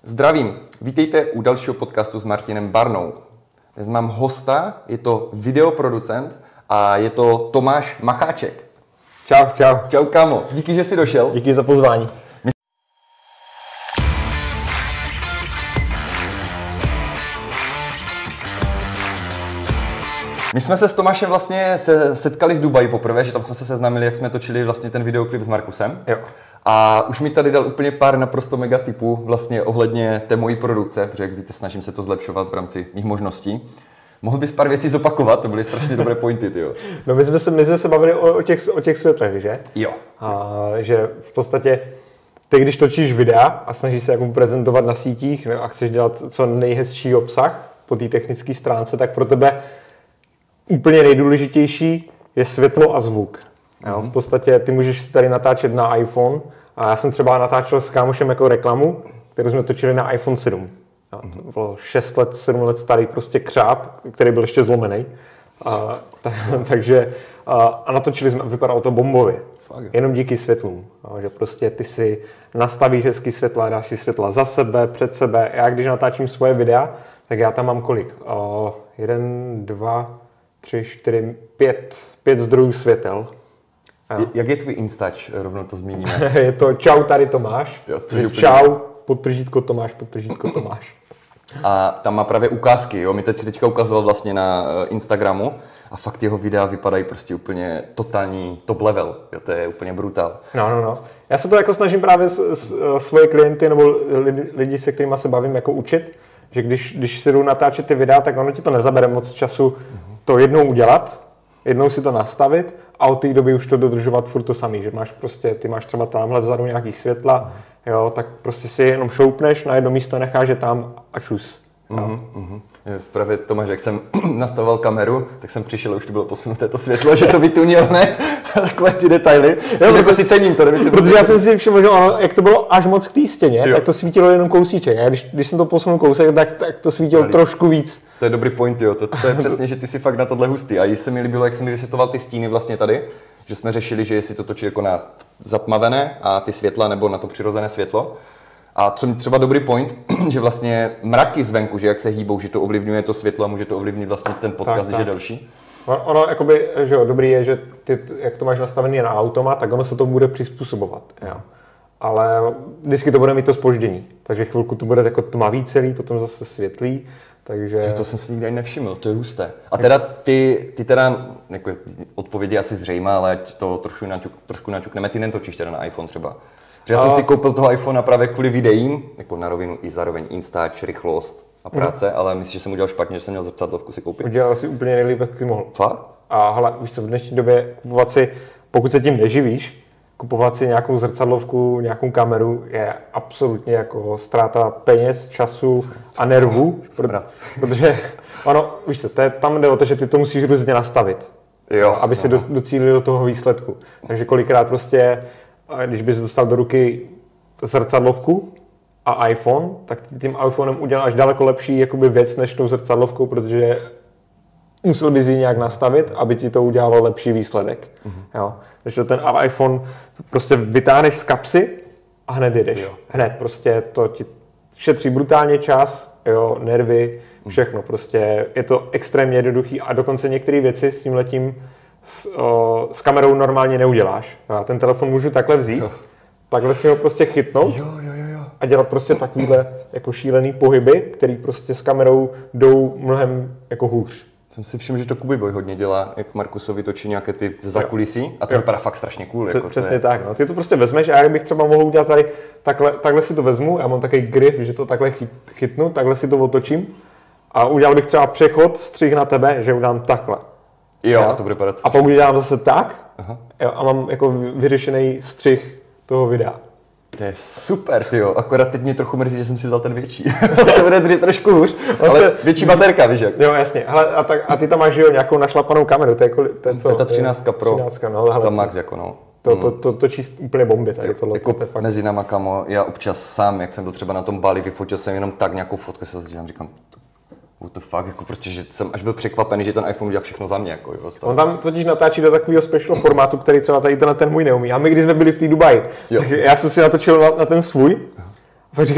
Zdravím, vítejte u dalšího podcastu s Martinem Barnou. Dnes mám hosta, je to videoproducent a je to Tomáš Macháček. Čau, čau. Čau kámo, díky, že jsi došel. Díky za pozvání. My jsme se s Tomášem vlastně setkali v Dubaji poprvé, že tam jsme se seznámili, jak jsme točili vlastně ten videoklip s Markusem. Jo. A už mi tady dal úplně pár naprosto mega tipů vlastně ohledně té mojí produkce, protože jak víte, snažím se to zlepšovat v rámci mých možností. Mohl bys pár věcí zopakovat, to byly strašně dobré pointy, tyjo. No my jsme se bavili o těch světlech, že? Jo. A že v podstatě ty, když točíš videa a snažíš se jako prezentovat na sítích a chceš dělat co nejhezčí obsah po té technické stránce, tak pro tebe úplně nejdůležitější je světlo a zvuk. Jo, v podstatě ty můžeš si tady natáčet na iPhone a já jsem třeba natáčel s kámošem jako reklamu, kterou jsme točili na iPhone 7. To bylo 6 let, 7 let starý prostě křáp, který byl ještě zlomený. Takže natočili jsme, vypadalo to bombově. Jenom díky světlům. Že prostě ty si nastavíš hezký světla, dáš si světla za sebe, před sebe. Já když natáčím svoje videa, tak já tam mám kolik? 1, 2, 3, 4, 5 zdrojů světel. Jak je tvůj Instač? Rovnou to zmíníme. Je to čau, tady Tomáš. Jo, čau, podtržítko Tomáš, podtržítko Tomáš. A tam má právě ukázky, jo? Mi teďka ukazoval vlastně na Instagramu a fakt jeho videa vypadají prostě úplně totální top level. Jo? To je úplně brutál. No. Já se to jako snažím právě svoje klienty nebo lidi, se kterými se bavím, jako učit, že když si jdu natáčet ty videa, tak ono ti to nezabere moc času to jednou udělat, jednou si to nastavit a od té doby už to dodržovat furt to samý, že máš prostě, ty máš třeba tamhle vzadu nějaký světla, jo, tak prostě si jenom šoupneš, na jedno místo necháš je tam a čus. Právě Tomáš, jak jsem nastavoval kameru, tak jsem přišel a už to bylo posunuté to světlo, že to vytunil hned, takové ty detaily. Jo, jako si cením to, protože já jsem si všiml, že ono, jak to bylo až moc k té stěně, tak to svítilo jenom kousíček. A když jsem to posunul kousek, tak to svítilo trošku víc. To je dobrý point, jo. To je přesně, že ty si fakt na tohle hustý. A se mi líbilo, jak jsem mi vysvětloval ty stíny vlastně tady, že jsme řešili, že jestli to točí jako na zatmavené a ty světla nebo na to přirozené světlo. A co mi třeba dobrý point, že vlastně mraky zvenku, že jak se hýbou, že to ovlivňuje to světlo a může to ovlivnit vlastně ten podcast, když je delší. Ono jakoby, že jo, dobrý je, že ty, jak to máš nastavený na automat, tak ono se to bude přizpůsobovat. Jo. Ale vždycky to bude mít to zpoždění. Takže chvilku to bude jako tmavý celý, potom zase světlý. Takže... To jsem si nikdy ani nevšiml, to je husté. A teda ty teda, jako odpověď je asi zřejmá, ale to trošku naťukneme, ty netočíš teda na iPhone třeba. Protože já jsem si koupil toho iPhonea právě kvůli videím, jako na rovinu i zároveň Instač, rychlost a práce, ale myslím, že jsem udělal špatně, že jsem měl zrcadlovku si koupit. Udělal si úplně nejlíp, jak jsi mohl. Fakt? A hele, víš co, v dnešní době kupovat si, pokud se tím neživíš, kupovat si nějakou zrcadlovku, nějakou kameru je absolutně jako ztráta peněz, času a nervů, protože ono, víš co, tam jde o to, že ty to musíš různě nastavit, aby si docílil do toho výsledku. Takže kolikrát prostě, když bys dostal do ruky zrcadlovku a iPhone, tak tím iPhonem uděláš daleko lepší jakoby věc než tou zrcadlovkou, protože musel bys ji nějak nastavit, aby ti to udělalo lepší výsledek. Jo. Takže ten iPhone prostě vytáhneš z kapsy a hned jedeš. Hned prostě to ti šetří brutálně čas, jo, nervy, všechno. Prostě je to extrémně jednoduchý a dokonce některé věci s tímhletím s kamerou normálně neuděláš. Já ten telefon můžu takhle vzít, takhle si ho prostě chytnout a dělat prostě takovýhle jako šílený pohyby, který prostě s kamerou jdou mnohem jako hůř. Jsem si všiml, že to Kubiboy hodně dělá, jak Markusovi točí nějaké ty zákulisí a to vypadá fakt strašně cool. Jako přesně tak, no. Ty to prostě vezmeš a já bych třeba mohl udělat tady, takhle si to vezmu, já mám takový grip, že to takhle chytnu, takhle si to otočím a udělal bych třeba přechod, střih na tebe, že udám takhle. Jo, to bude padat. A pokud dělám zase tak, a mám jako vyřešený střih toho videa. To je super, tyjo. Akorát teď mě trochu mrzí, že jsem si vzal ten větší. Se bude držet trošku hůř, ale větší baterka, víš jak. Jo, jasně. Hele, a ty tam máš, jo, nějakou našlapanou kameru, to je co? To je ta 13 Pro, 13, no, hele, ta Max jako no. To točí úplně bomby tady tohle. Jako to fakt... mezi náma, kamo, já občas sám, jak jsem byl třeba na tom Bali, vyfotil jsem jenom tak nějakou fotku, se zadívám, říkám, what the fuck, jako prostě, že jsem až byl překvapený, že ten iPhone udělá všechno za mě, jako jo. On tam totiž natáčí do takového special formátu, který třeba tady ten můj neumí. A my, když jsme byli v té Dubaji, tak já jsem si natočil na ten svůj a říkám,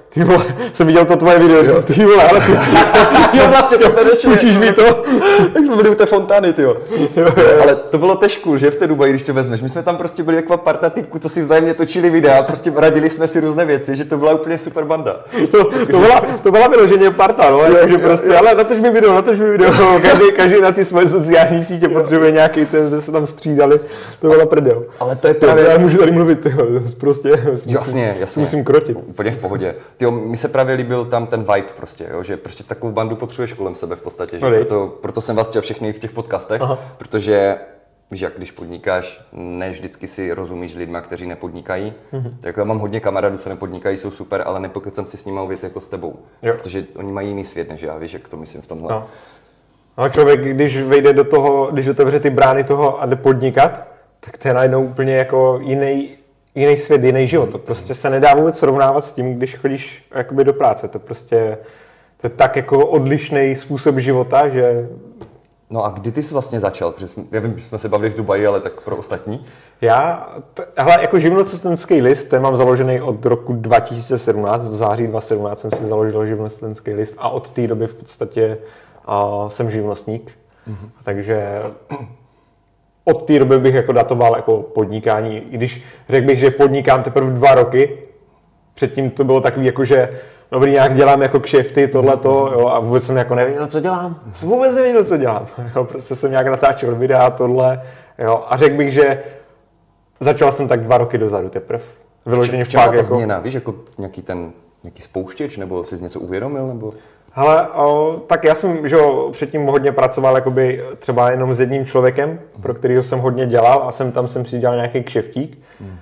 Ty vole, jsem viděl to tvoje video, jo. Ty vole, ale jo, vlastně to jsme řešili. Učíš mi to? Jak jsme byli u té fontány, tyjo. Ale to bylo tež cool, že v té Dubaji, když to vezmeš. My jsme tam prostě byli jako parta typků, co si vzájemně točili videa, prostě radili jsme si různé věci, že to byla úplně super banda. To byla vyloženě parta, no, jakože prostě, ale natoč mi video, každý na ty svoje sociální sítě potřebuje nějaký ten, kde se tam střídali, to byla prdel. Ale to je právě... Já můžu tady mluvit, tyjo, prostě, jasně. Musím krotit. Úplně v pohodě. Tyjo, mi se právě líbil tam ten vibe prostě, jo, že prostě takovou bandu potřebuješ kolem sebe v podstatě, že proto jsem vás chtěl všechny v těch podcastech, protože víš, jak když podnikáš, ne vždycky si rozumíš s lidma, kteří nepodnikají. Jako já mám hodně kamarádů, co nepodnikají, jsou super, ale nepokecám si s nimi o věc jako s tebou, protože oni mají jiný svět než já, víš, jak to myslím v tomhle. No, člověk, když vejde do toho, když otevře ty brány toho a jde podnikat, tak to je najednou úplně jako jiný svět, jiný život. To prostě se nedá vůbec srovnávat s tím, když chodíš jakoby do práce. To prostě to je tak jako odlišný způsob života, že... No a kdy ty jsi vlastně začal? Protože já vím, že jsme se bavili v Dubaji, ale tak pro ostatní. Hele, jako živnostenský list, ten mám založený od roku 2017, v září 2017 jsem si založil živnostenský list a od té doby v podstatě jsem živnostník. Takže od té doby bych jako datoval jako podnikání, i když řekl bych, že podnikám teprve 2 roky. Předtím to bylo takový jako, že dobrý, nějak dělám jako kšefty, tohleto, jo, a vůbec jsem jako nevěděl, co dělám. Jsem vůbec nevěděl, co dělám. Jo, prostě jsem nějak natáčel videa, tohle, jo, a řekl bych, že začal jsem tak 2 roky dozadu teprve. Vyloženě v čem ta jako... změna, víš, jako nějaký spouštěč, nebo jsi něco uvědomil, nebo... Hele, tak já jsem, že předtím hodně pracoval jakoby třeba jenom s jedním člověkem, pro kterého jsem hodně dělal a tam jsem si dělal nějaký kšeftík.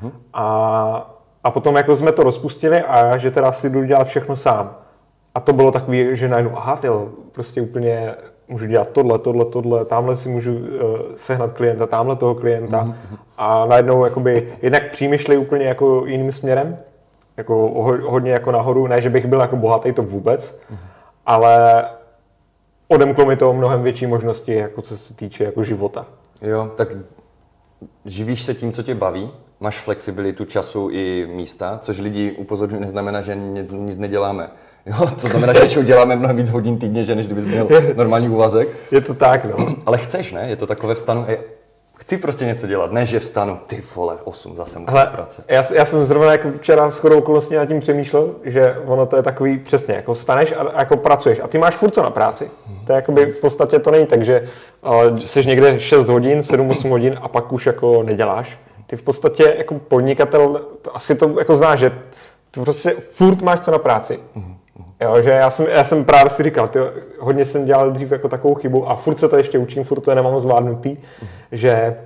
A potom jako jsme to rozpustili a já, že teda si jdu dělat všechno sám. A to bylo takový, že najednou, aha, tyjo, prostě úplně můžu dělat tohle, tamhle si můžu sehnat klienta, tamhle toho klienta. A najednou jakoby jednak přemýšlej úplně jako jiným směrem, jako hodně jako nahoru, ne, že bych byl jako bohatý, to vůbec, ale odemklo mi to mnohem větší možnosti, jako co se týče jako života. Jo, tak živíš se tím, co tě baví? Máš flexibilitu času i místa, což lidi upozorňují, neznamená, že nic neděláme. Jo, to znamená, že většinou děláme mnohem víc hodin týdně, že než kdybys měl normální úvazek. Je to tak, no. Ale chceš, ne? Je to takové vstanu, chci prostě něco dělat, ne, že vstanu, ty vole, 8, zase musím do práce. Já jsem zrovna jako včera shodou okolností nad tím přemýšlel, že ono to je takový přesně, jako vstaneš a jako pracuješ a ty máš furt to na práci. To je jakoby v podstatě to není tak, že jsi někde 6 hodin, 7-8 hodin a pak už jako neděláš. Ty v podstatě jako podnikatel, asi to jako znáš, že ty prostě furt máš co na práci. Jo, že já jsem právě si říkal, hodně jsem dělal dřív jako takovou chybu a furt se to ještě učím, furt to nemám zvládnutý, že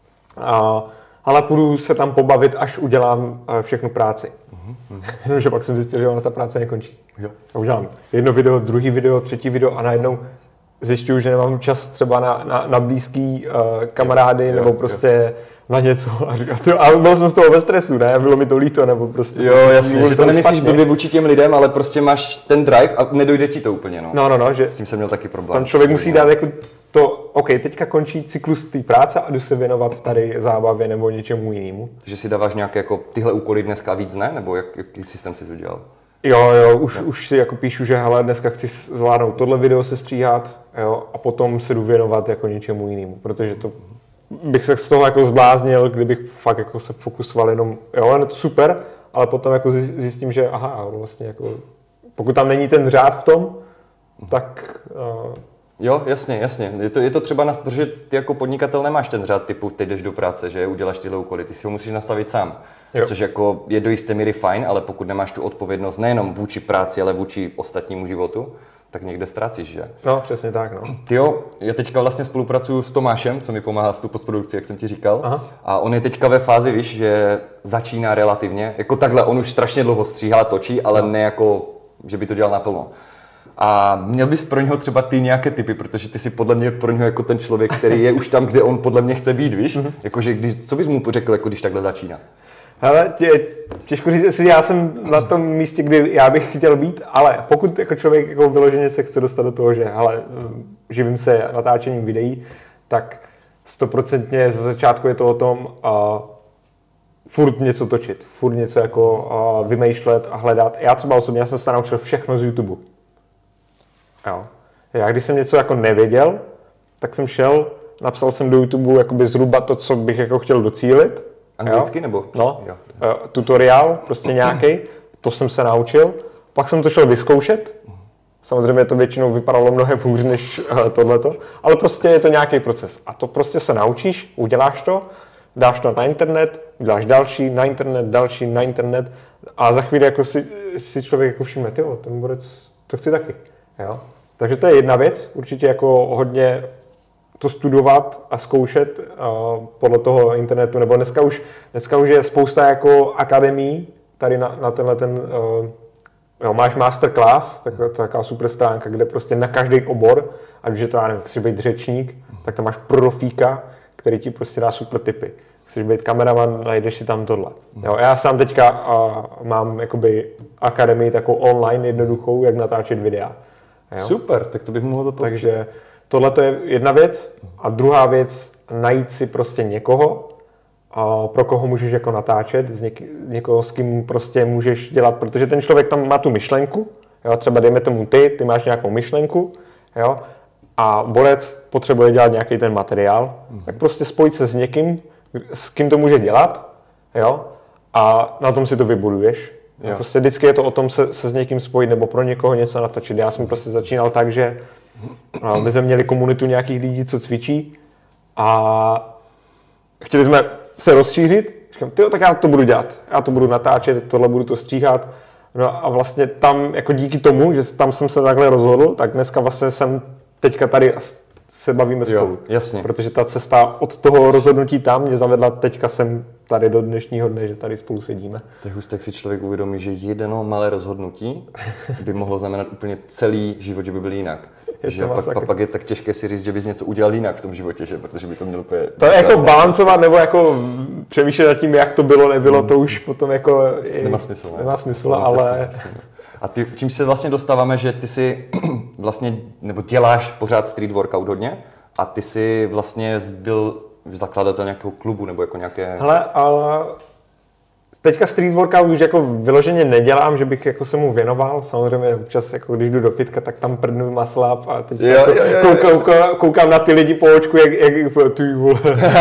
ale půjdu se tam pobavit, až udělám všechnu práci. Že pak jsem zjistil, že ona ta práce nekončí. Jo. A udělám jedno video, druhý video, třetí video a najednou zjišťuju, že nemám čas třeba na blízký kamarády nebo prostě na něco a říkal, ale byl jsem z toho ve stresu, ne? Bylo mi to líto, nebo prostě... Jo, jasně, že to nemyslíš blbě vůči těm lidem, ale prostě máš ten drive a nedojde ti to úplně, no. No, že... S tím jsem měl taky problém. Tam člověk musí dát jako to, OK, teďka končí cyklus té práce a jdu se věnovat tady zábavě nebo něčemu jinému. Takže si dáváš nějaké jako tyhle úkoly dneska a víc, ne? Nebo jaký systém jsi udělal? Jo, už si jako píšu, že hele, dneska chci zvládnout tohle video se stříhat, jo, a potom se jdu věnovat jako něčemu jinému, protože to bych se z toho jako zbláznil, kdybych fakt jako se fokusoval jenom, jo, je to super, ale potom jako zjistím, že aha, vlastně jako, pokud tam není ten řád v tom, tak... Jo, jasně. Je to třeba, protože ty jako podnikatel nemáš ten řád typu, teď jdeš do práce, že uděláš tyhle úkoly, ty si ho musíš nastavit sám. Jo. Což jako je do jisté míry fajn, ale pokud nemáš tu odpovědnost nejenom vůči práci, ale vůči ostatnímu životu, tak někde ztrácíš, že? No, přesně tak, no. Tyjo, já teďka vlastně spolupracuju s Tomášem, co mi pomáhá s tou postprodukcí, jak jsem ti říkal. Aha. A on je teďka ve fázi, víš, že začíná relativně, jako takhle, on už strašně dlouho stříhá a točí, ale ne jako, že by to dělal naplno. A měl bys pro něho třeba ty nějaké tipy, protože ty jsi podle mě pro něho jako ten člověk, který je už tam, kde on podle mě chce být, víš? Jakože co bys mu řekl, jako když takhle začíná? Hele, těžko říct, jestli já jsem na tom místě, kde já bych chtěl být, ale pokud jako člověk jako vyloženě se chce dostat do toho, že hele, živím se natáčením videí, tak 100% ze začátku je to o tom furt něco točit, furt něco jako vymýšlet a hledat. Já třeba osobně, já jsem se naučil všechno z YouTube. Jo. Já když jsem něco jako nevěděl, tak jsem šel, napsal jsem do YouTube jakoby zhruba to, co bych jako chtěl docílit. Anglicky nebo? No, tutoriál prostě nějaký, to jsem se naučil. Pak jsem to šel vyzkoušet. Samozřejmě to většinou vypadalo mnohem hůř než tohleto, ale prostě je to nějaký proces. A to prostě se naučíš, uděláš to, dáš to na internet, uděláš další, na internet, další, na internet a za chvíli jako si člověk jako všimne, tyjo, ten borec, to chci taky. Jo? Takže to je jedna věc, určitě jako hodně to studovat a zkoušet podle toho internetu, nebo dneska už je spousta jako akademií tady na tenhle ten, máš masterclass, taková super stránka, kde prostě na každý obor, ať už je to, já nevím, chceš být řečník, tak tam máš profíka, který ti prostě dá super tipy. Chceš být kameraman, najdeš si tam tohle. Jo, já sám teďka mám jakoby akademii takovou online jednoduchou, jak natáčet videa. Jo? Super, tak to bych mohl doporučit. Takže tohle to je jedna věc. A druhá věc, najít si prostě někoho, pro koho můžeš jako natáčet, někoho, s kým prostě můžeš dělat, protože ten člověk tam má tu myšlenku, jo? Třeba dejme tomu ty máš nějakou myšlenku, jo? A borec potřebuje dělat nějaký ten materiál, tak prostě spojit se s někým, s kým to může dělat, jo? A na tom si to vybuduješ. Prostě vždycky je to o tom se s někým spojit nebo pro někoho něco natočit. Já jsem prostě začínal tak, že my jsme měli komunitu nějakých lidí, co cvičí a chtěli jsme se rozšířit. Říkám, tak já to budu dělat, já to budu natáčet, tohle budu to stříhat. No a vlastně tam, jako díky tomu, že tam jsem se takhle rozhodl, tak dneska vlastně jsem teďka tady se bavíme spolu. Jasně. Protože ta cesta od toho rozhodnutí tam mě zavedla teďka jsem tady do dnešního dne, že tady spolu sedíme. To je husté, jak si člověk uvědomí, že jedno malé rozhodnutí by mohlo znamenat úplně celý život, že by byl jinak. Že pak je tak těžké si říct, že bys něco udělal jinak v tom životě, že? Protože by to mělo úplně... To je jako balancovat nebo jako přemýšlet nad tím, jak to bylo, nebylo, to už potom jako... Nemá smysl, ne? Nemá smysl, ale... Jasně. A čím se vlastně dostáváme, že ty si vlastně, nebo děláš pořád street workout hodně a ty si vlastně byl zakladatel nějakého klubu nebo jako nějaké... Hele, teďka street workout už jako vyloženě nedělám, že bych jako se mu věnoval. Samozřejmě občas, jako když jdu do fitka, tak tam prdnu maslap a teď koukám na ty lidi po očku, jak ty vole.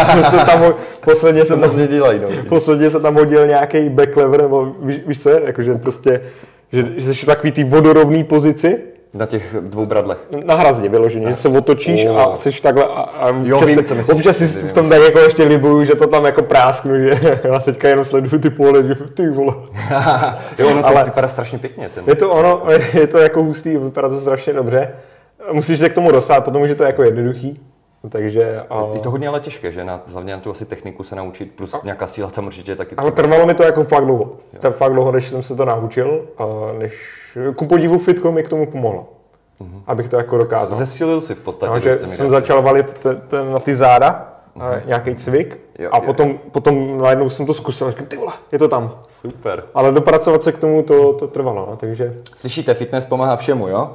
Posledně se tam hodil nějaký backlever, nebo víš co je, jakože prostě, že jsi v takový té vodorovné pozici. Na těch dvou bradlech. Na hrazdě vyloženě, že se otočíš a jsi takhle a občas si v tom tak jako ještě libuju, že to tam jako prásknu, že já teďka jenom sleduju ty pohledy, že ty vole. Jo, ono to vypadá strašně pěkně. Je to jako hustý, vypadá to strašně dobře. Musíš se k tomu dostat, protože že to je jako jednoduchý. Takže, je to hodně ale těžké, že? Hlavně na tu asi techniku se naučit, plus nějaká síla tam určitě taky. Ale trvalo mi to jako fakt dlouho. Fakt dlouho, než jsem se to naučil, než ku podivu fitko mi k tomu pomohlo. Abych to jako dokázal. Zesílil si v podstatě. Že jsem začal valit na ty záda, nějaký cvik a potom najednou jsem to zkusil a říkám, ty vole, je to tam. Super. Ale dopracovat se k tomu to trvalo, no, takže... Slyšíte, fitness pomáhá všemu, jo?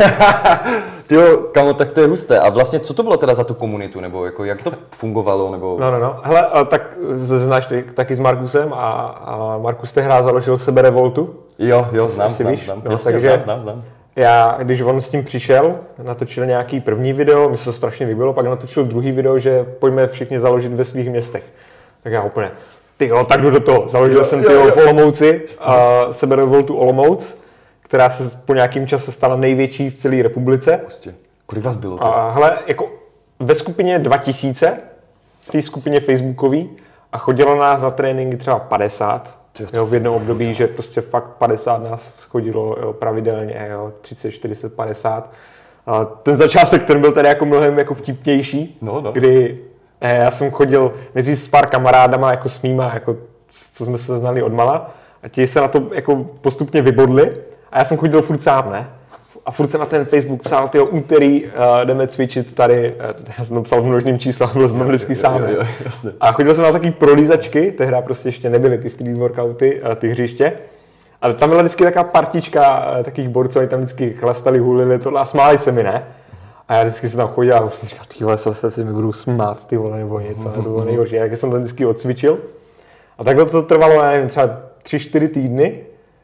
Tyjo, kamo, tak to je husté. A vlastně, co to bylo teda za tu komunitu, nebo jako, jak to fungovalo, nebo... No. Hele, tak znáš ty taky s Markusem a Markus tehdy založil Seberevoltu. Jo, znám. Takže znám. Já, když on s tím přišel, natočil nějaký první video, mi se to strašně líbilo, pak natočil druhý video, že pojďme všichni založit ve svých městech. Tak já úplně, tak jdu do toho. Založil jsem v Olomouci Seberevoltu Olomouc, která se po nějakým čase stala největší v celé republice. Prostě. Kolik vás bylo to? A hele, jako ve skupině 2000, v té skupině facebookový, a chodilo nás na tréninky třeba 50. V jednom období, že prostě fakt 50 nás chodilo pravidelně, 30, 40, 50. A ten začátek, ten byl tady jako mnohem jako vtipnější, kdy já jsem chodil nejdřív s pár kamarádama, jako s mýma, jako, co jsme se znali odmala, a ti se na to jako postupně vybodli a já jsem chodil furt sám, ne? A furt jsem na ten Facebook psal, úterý jdeme cvičit tady, já jsem to psal v množným čísle, byl jsem tam vždycky sám. A chodil jsem na taky prolízačky, tehdy prostě ještě nebyly ty street workouty, ty hřiště. Ale tam byla vždycky taková partička takových borců, oni tam vždycky chlastali, hulili tohle a smáli se mi, ne? A já vždycky jsem tam chodil a prostě říkal, ty vole, se mi budou smát, ty vole, nebo něco, to bylo nejhorší. Jak jsem tam vždycky odcvičil. A takhle to trvalo, nevím, třeba 3-4 týdny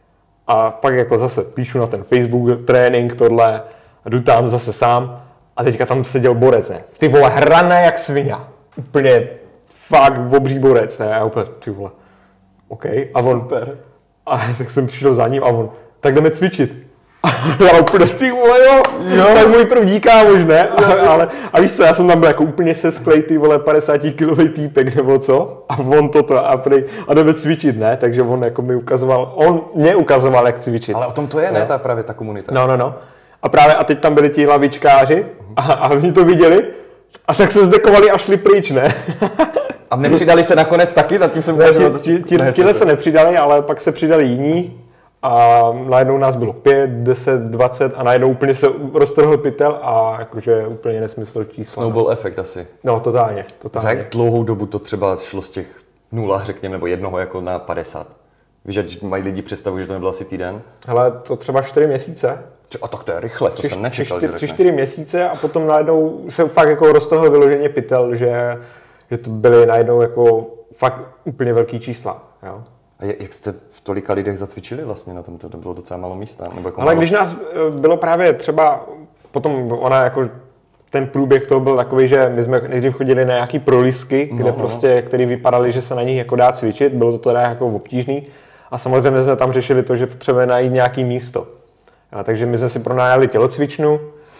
a pak jako zase píšu na ten Facebook, trénink, tohle, a jdu tam zase sám a teďka tam seděl borec, ne? Ty vole, hrané jak svině, úplně fakt obří borec, ne? A úplně, ty vole, OK. A on, super. A tak jsem přišel za ním a on, tak jdeme cvičit. A já úplně, ty vole, jo, tak můj první kámoš, ne? A víš co, já jsem tam byl jako úplně sesklej, ty vole, 50-kilový týpek nebo co? A on toto a jdeme cvičit, ne? Takže on jako on mě ukazoval, jak cvičit. Ale o tom to je, ne, právě ta komunita. No. A teď tam byli ti lavičkáři a oni to viděli a tak se zdekovali a šli pryč, ne? A nepřidali se nakonec taky? Nad tím jsem uvažoval. Tihle se nepřidali, ale pak se přidali jiní a najednou nás bylo 5, 10, 20 a najednou úplně se roztrhl pytel a jakože úplně nesmysl čísla. Snowball efekt asi. No, totálně. Za jak dlouhou dobu to třeba šlo z těch 0, řekněme, nebo 1 jako na 50? Víš, že mají lidi představu, že to nebyl asi týden? Hele, to třeba 4 měsíce. A tak to je rychle, to jsem nečekal, že řekneš. 3-4 měsíce a potom najednou se fakt jako roztrhl vyloženě pytel, že to byly najednou jako fakt úplně velký čísla. Jo? A jak jste v tolika lidech zacvičili vlastně na tom? To bylo docela málo místa. Nebo jako ale když nás bylo právě třeba, potom ona jako ten průběh toho byl takový, že my jsme nejdřív chodili na nějaký prolízky, který vypadaly, že se na nich jako dá cvičit, bylo to teda jako obtížný a samozřejmě jsme tam řešili to, že potřebujeme najít nějaký místo. A takže my jsme si pronajali tělocvičnu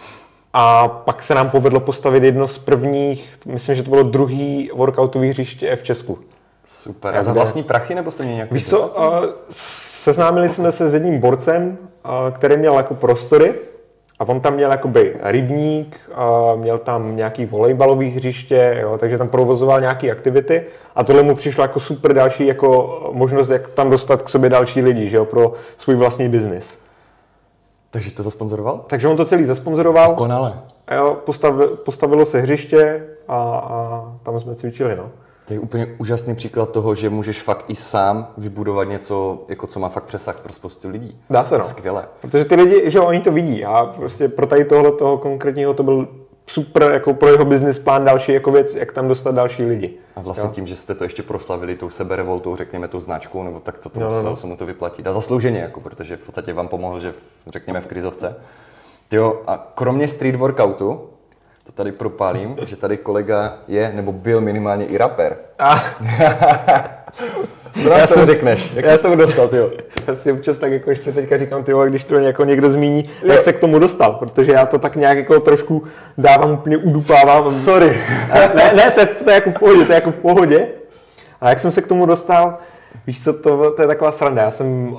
a pak se nám povedlo postavit jedno z prvních, myslím, že to bylo druhý workoutový hřiště v Česku. Super. A za vlastní prachy nebo jste měli nějakou Víš co, seznámili jsme se s jedním borcem, který měl jako prostory a on tam měl jakoby rybník, měl tam nějaký volejbalový hřiště, jo, takže tam provozoval nějaké aktivity a tohle mu přišlo jako super další jako možnost, jak tam dostat k sobě další lidi, že jo, pro svůj vlastní biznis. Takže to zasponzoroval? Takže on to celý zasponzoroval. Konale. Jo, postavilo se hřiště a tam jsme cvičili, no. To je úplně úžasný příklad toho, že můžeš fakt i sám vybudovat něco, jako co má fakt přesah pro spoustu lidí. Dá se, no. Skvěle. Protože ty lidi, že oni to vidí a prostě pro tady toho konkrétního to byl super jako pro jeho business plán další jako věc, jak tam dostat další lidi. A vlastně tím, že jste to ještě proslavili tou seberevoltou, řekněme tou značkou, nebo tak to muselo se mu to vyplatit. A zaslouženě, jako, protože v podstatě vám pomohl, že řekněme v krizovce. Tyjo, a kromě street workoutu, to tady propálím, že tady kolega je, nebo byl minimálně i rapper. Co nám to řekneš? Jak jsi z toho dostal, tyjo? Já si občas tak jako ještě teďka říkám, tyjo, když to jako někdo zmíní, jak se k tomu dostal, protože já to tak nějak jako trošku dávám, úplně udupávám. Sorry. Ne, to je jako v pohodě. A jak jsem se k tomu dostal, víš co, to je taková sranda. Já jsem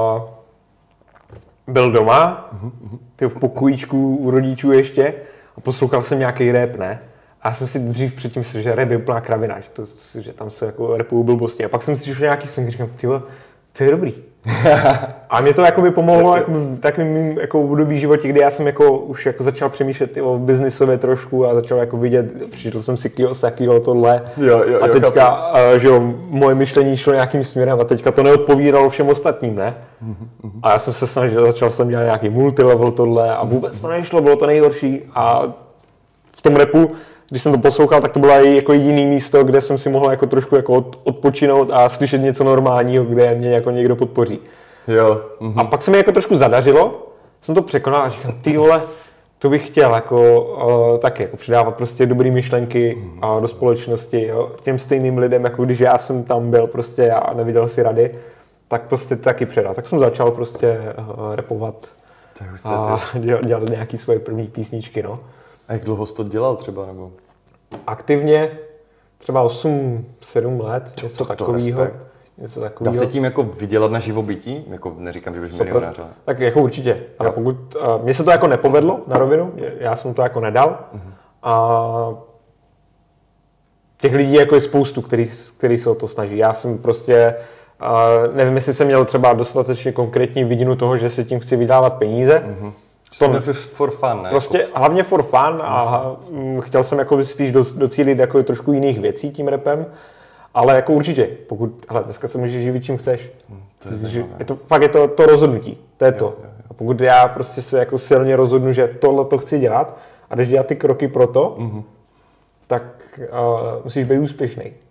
byl doma, v pokojíčku u rodičů ještě, a poslouchal jsem nějaký rap, ne? A já jsem si dřív předtím myslel, že rap je úplná kravina, že tam jsou jako rapují blbosti. A pak jsem si slyšel nějaký song, říkám, tyhle, to je dobrý. A mě to jako by pomohlo takovým mým jako období životě, kdy já jsem jako už jako začal přemýšlet o biznisově trošku a začal jako vidět, přišel jsem si Kiyosakiho tohle. A teďka, že jo, moje myšlení šlo nějakým směrem a teďka to neodpovídalo všem ostatním, ne? A já jsem se snažil, začal jsem dělat nějaký multilevel tohle a vůbec to nešlo, bylo to nejhorší. A v tom rapu, když jsem to poslouchal, tak to bylo jako jediný místo, kde jsem si mohl jako trošku jako odpočinout a slyšet něco normálního, kde mě jako někdo podpoří. Jo. A pak se mi jako trošku zadařilo, jsem to překonal a říkám, ty vole, to bych chtěl jako taky jako přidávat prostě dobré myšlenky do společnosti, jo, těm stejným lidem, jako když já jsem tam byl prostě a neviděl si rady, tak prostě to taky předat. Tak jsem začal prostě rapovat a dělat nějaký svoje první písničky, no. A jak dlouho jsi to dělal třeba, nebo? Aktivně třeba 8-7 let, něco takového. Dá se tím jako vydělat na živobytí? Jako neříkám, že bys milionář, ale... Tak jako určitě, ale pokud... Mně se to jako nepovedlo na rovinu, já jsem to jako nedal. A těch lidí jako je spoustu, který se o to snaží. Já jsem prostě... nevím, jestli jsem měl třeba dostatečně konkrétní vidinu toho, že si tím chci vydávat peníze. To for fun, ne? Prostě hlavně for fun a chtěl jsem jako spíš docílit jako trošku jiných věcí tím rapem, ale jako určitě, pokud, hele, dneska se můžeš živit čím chceš. Fakt je to rozhodnutí, to je to. A pokud já prostě se jako silně rozhodnu, že tohle to chci dělat a když dělat ty kroky pro to, tak musíš být úspěšný.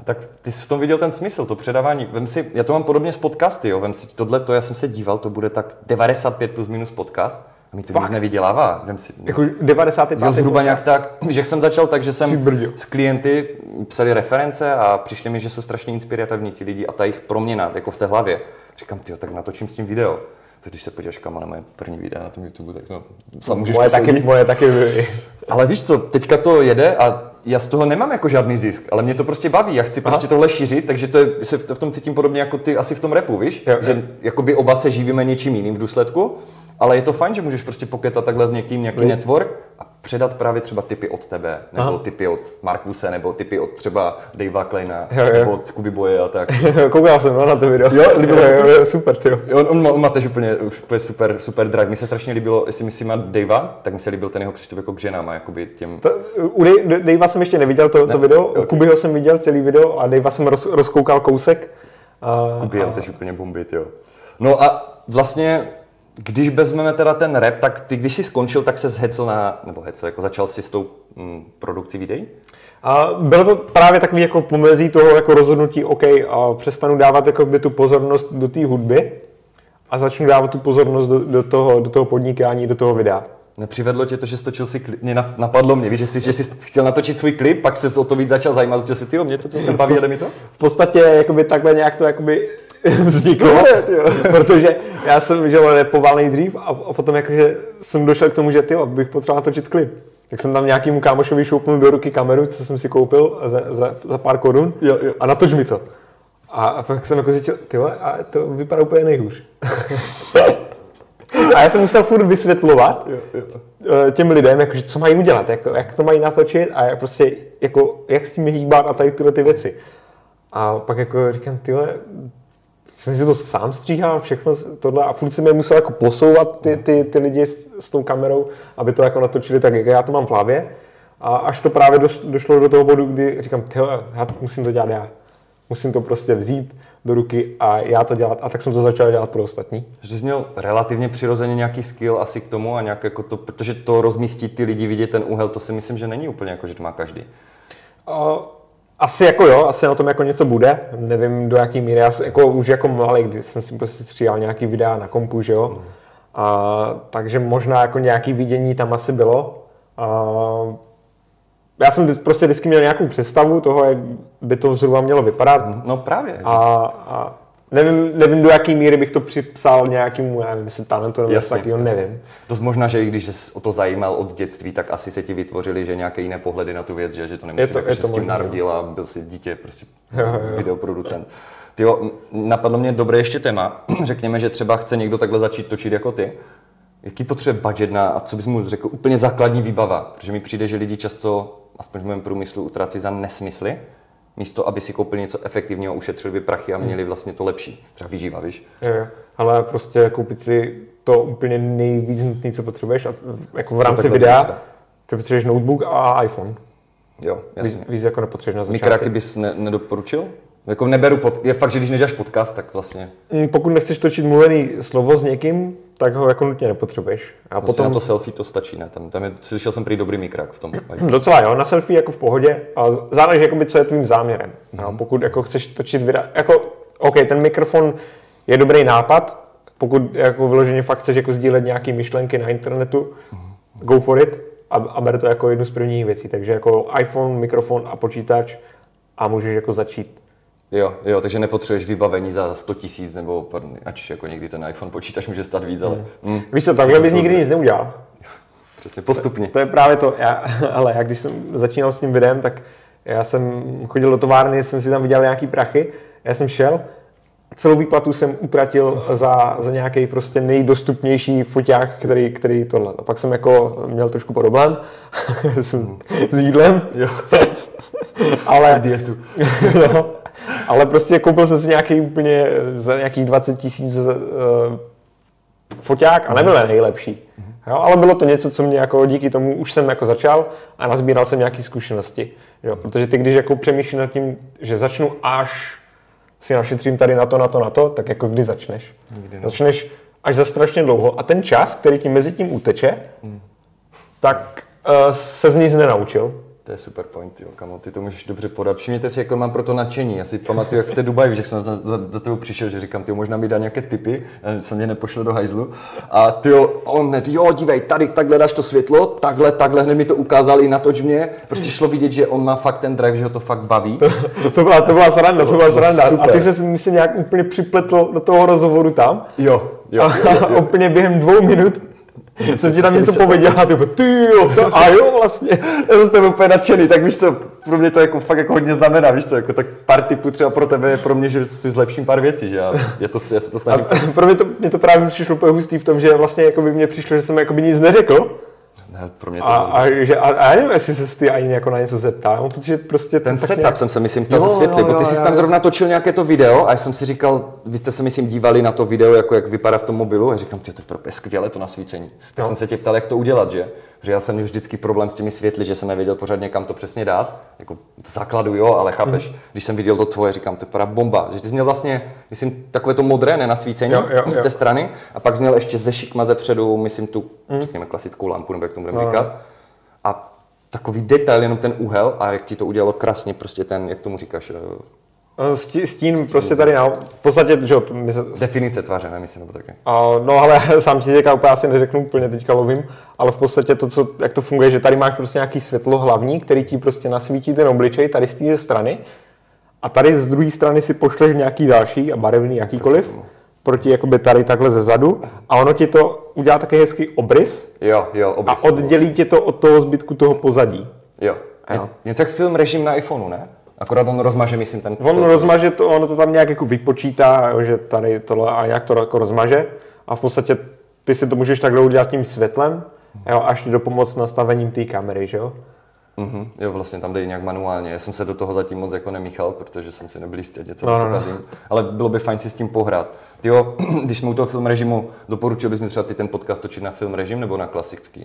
A tak ty jsi v tom viděl ten smysl, to předávání. Vem si, já to mám podobně s podcasty, jo. Vem si tohleto, já jsem se díval, to bude tak 95 plus minus podcast. A mi to víc nevydělává. Vem si, jako 95. Jo, zhruba nějak tak, že jsem začal tak, že jsem s klienty psali reference a přišli mi, že jsou strašně inspirativní ti lidi a ta jejich proměna, jako v té hlavě. Říkám, tyjo, tak natočím s tím video. To když se podíváš, kama, na moje první videa na tom YouTube, tak to sám můžeš posoudit. Moje taky. Ale víš co, teďka to jede a já z toho nemám jako žádný zisk, ale mě to prostě baví, já chci prostě tohle šířit, takže se v tom cítím podobně jako ty asi v tom rapu, víš? Jo, že jakoby oba se živíme něčím jiným v důsledku, ale je to fajn, že můžeš prostě pokecat takhle s někým, nějaký network a předat právě třeba tipy od tebe, nebo tipy od Markuse, nebo tipy od třeba Davea Kleina, nebo od Kuby Boje a tak. Koukal jsem na to video. Jo, líbilo se to? Jo, super, tyjo. On má tež úplně super drive. Mně se strašně líbilo, jestli myslím na Davea, tak mi se líbil ten jeho přístup jako k ženám a jakoby těm... U Davea jsem ještě neviděl to video, okay. Kubyho jsem viděl celý video a Davea jsem rozkoukal kousek. Kuby je tež úplně bombit, jo. No a vlastně... Když vezmeme teda ten rap, tak ty, když jsi skončil, tak se jako začal si s tou produkcí videí? A bylo to právě takový jako pomezí toho jako rozhodnutí, OK, a přestanu dávat jako by tu pozornost do té hudby a začnu dávat tu pozornost do toho podnikání, do toho videa. Nepřivedlo tě to, že stočil si klip? Napadlo mě, víš, že jsi chtěl natočit svůj klip, pak se o to víc začal zajímat, že si tyjo, mě to baví, jde mi to? V podstatě jakoby takhle nějak to jakoby vzniklo, protože já jsem rapoval nejdřív a potom jakože jsem došel k tomu, že bych potřeboval natočit klip. Tak jsem tam nějakému kámošovi šoupnul do ruky kameru, co jsem si koupil za pár korun a natoč mi to. A pak jsem jako zjistil, a to vypadá úplně nejhůř. A já jsem musel furt vysvětlovat těm lidem, jakože, co mají udělat, jak to mají natočit a jak s tím hýbat a tady tyhle ty věci. A pak jako říkám, jsem si to sám stříhal, všechno tohle a furt jsem je musel jako posouvat ty lidi s tou kamerou, aby to jako natočili tak, jak já to mám v hlavě. A až to právě došlo do toho bodu, kdy říkám, já musím to dělat já. Musím to prostě vzít do ruky a já to dělat. A tak jsem to začal dělat pro ostatní. Že jsi měl relativně přirozeně nějaký skill asi k tomu a nějak jako to, protože to rozmístit ty lidi, vidět ten úhel, to si myslím, že není úplně jako, že to má každý. Asi jako jo, asi na tom jako něco bude, nevím do jaký míry, jako už jako malý, když jsem si prostě stříhal nějaký videa na kompu, že jo, takže možná jako nějaký vidění tam asi bylo. Já jsem prostě vždycky měl nějakou představu toho, jak by to zhruba mělo vypadat. No právě. A nevím do jaký míry bych to připsal nějakému, já nevím, talentu nebo takového, nevím. Dost možná, že i když jsi o to zajímal od dětství, tak asi se ti vytvořili, že nějaké jiné pohledy na tu věc, že to nemusí jako, že se s tím narodil a byl si dítě, prostě videoproducent. Tyjo, napadlo mě dobré ještě téma. Řekněme, že třeba chce někdo takhle začít točit jako ty. Jaký potřebuje budget a co bys mu řekl, úplně základní výbava? Protože mi přijde, že lidi často, aspoň v mém průmyslu, utrácí za nesmysly, místo aby si koupili něco efektivního, ušetřili by prachy a měli vlastně to lepší. Třeba výživa, víš? Jo, ale prostě koupit si to úplně nejvíc nutné, co potřebuješ a jako v rámci videa, ty potřebuješ notebook a iPhone. Jo, jasně. Víc jako nepotřebuješ na začátku. Mikráky bys nedoporučil? Jako neberu je fakt, že když neděláš podcast, tak vlastně... Pokud nechceš točit mluvený slovo s někým, tak ho jako nutně nepotřebuješ. A vlastně potom na to selfie to stačí, ne? Tam slyšel jsem prý dobrý mikrák v tom. Docela jo, na selfie jako v pohodě, ale záleží, jakoby, co je tvým záměrem. No, pokud jako chceš točit videa, jako OK, ten mikrofon je dobrý nápad, pokud jako vyloženě fakt chceš jako sdílet nějaké myšlenky na internetu, go for it a ber to jako jednu z prvních věcí. Takže jako iPhone, mikrofon a počítač a můžeš jako začít. Jo, takže nepotřebuješ vybavení za 100 000 nebo ač jako někdy ten iPhone počítač může stát víc, ale... Víš co, takhle bys nikdy nic neudělal. Přesně, postupně. To je právě to, já když jsem začínal s tím videem, tak já jsem chodil do továrny, jsem si tam vydělal nějaký prachy, já jsem šel, celou výplatu jsem utratil za nějaký prostě nejdostupnější foťák, který tohle. A pak jsem jako měl trošku problém s jídlem. Jo. Ale dietu. No, ale prostě koupil jsem si nějaký úplně za nějakých 20 000 foťák a nebyl nejlepší. Jo, ale bylo to něco, co mě jako díky tomu už jsem jako začal a nazbíral jsem nějaké zkušenosti. Jo, protože ty, když jako přemýšlíš nad tím, že začnu až si našetřím tady na to, tak jako kdy začneš? Nikdy ne. Začneš až za strašně dlouho a ten čas, který ti mezi tím uteče, tak se z nic nenaučil. To je super point, jo, kamo, ty to můžeš dobře podat. Všimněte si, jak on má pro to nadšení. Já si pamatuju, jak v té Dubaji, že jsem za tebou přišel, že říkám, ty možná mi dá nějaké tipy, jsem mě nepošle do hajzlu. A ty on hned, jo, dívej, tady, takhle dáš to světlo, takhle, hned mi to ukázal i natoč mě. Prostě šlo vidět, že on má fakt ten drive, že ho to fakt baví. To byla sranda. A ty se myslím nějak úplně připletl do toho rozhovoru tam. Jo. Úplně během 2 minut jsem ti tam něco pověděl a ty jo, vlastně. Já jsem s tebe úplně nadšený, tak víš co, pro mě to jako fakt jako hodně znamená, víš co, jako tak pár tipů třeba pro tebe je pro mě, že si zlepším pár věcí, že já se to snažím. Pro mě to právě přišlo úplně hustý v tom, že vlastně jako by mně přišlo, že jsem jako by nic neřekl. Ne, pro mě to a já nevím, jestli se ty ani jako na něco zeptal, protože prostě ten setup jsem se myslím ptal zasvětlit, bo ty jsi tam zrovna točil nějaké to video a já jsem si říkal, vy jste se myslím dívali na to video, jako jak vypadá v tom mobilu a říkám, to je skvělé to nasvícení. Tak jsem se tě ptal, jak to udělat, že? Protože já jsem měl vždycky problém s těmi světly, že jsem nevěděl pořádně, kam to přesně dát. Jako v základu jo, ale chápeš, když jsem viděl to tvoje, říkám, to vypadá bomba. Že ty jsi měl vlastně, myslím, takové to modré nenasvícení z té strany a pak jsi měl ještě ze šikma zepředu, myslím tu, řekněme, klasickou lampu, nebo jak tomu budeme říkat. A takový detail, jenom ten úhel a jak ti to udělalo krásně, prostě ten, jak tomu říkáš? Stín prostě tady v podstatě, že jo. Definice tváře, nemyslím, nebo taky. No ale sám ti teďka úplně asi neřeknu, úplně teďka lovím, ale v podstatě to, jak to funguje, že tady máš prostě nějaký světlo hlavní, který ti prostě nasvítí ten obličej tady z té strany a tady z druhé strany si pošleš nějaký další a barevný jakýkoliv. Proti jakoby tady takhle ze zadu a ono ti to udělá taky hezký obrys, obrys a oddělí tě to od toho zbytku toho pozadí. Jo. Něco jak film režim na iPhoneu, ne? Akorát on rozmaže, myslím, ten... Rozmaže to, ono to tam nějak jako vypočítá, že tady tohle a nějak to jako rozmaže a v podstatě ty si to můžeš takhle udělat tím světlem, jo, až do pomoc nastavením té kamery, že jo? Jo, vlastně tam jde nějak manuálně. Já jsem se do toho zatím moc jako nemíchal, protože jsem si nebyl jistý, něco pokazím. Ale bylo by fajn si s tím pohrát. Tyjo, když jsme u toho film režimu, doporučil bys mi třeba ty ten podcast točit na film režim nebo na klasický?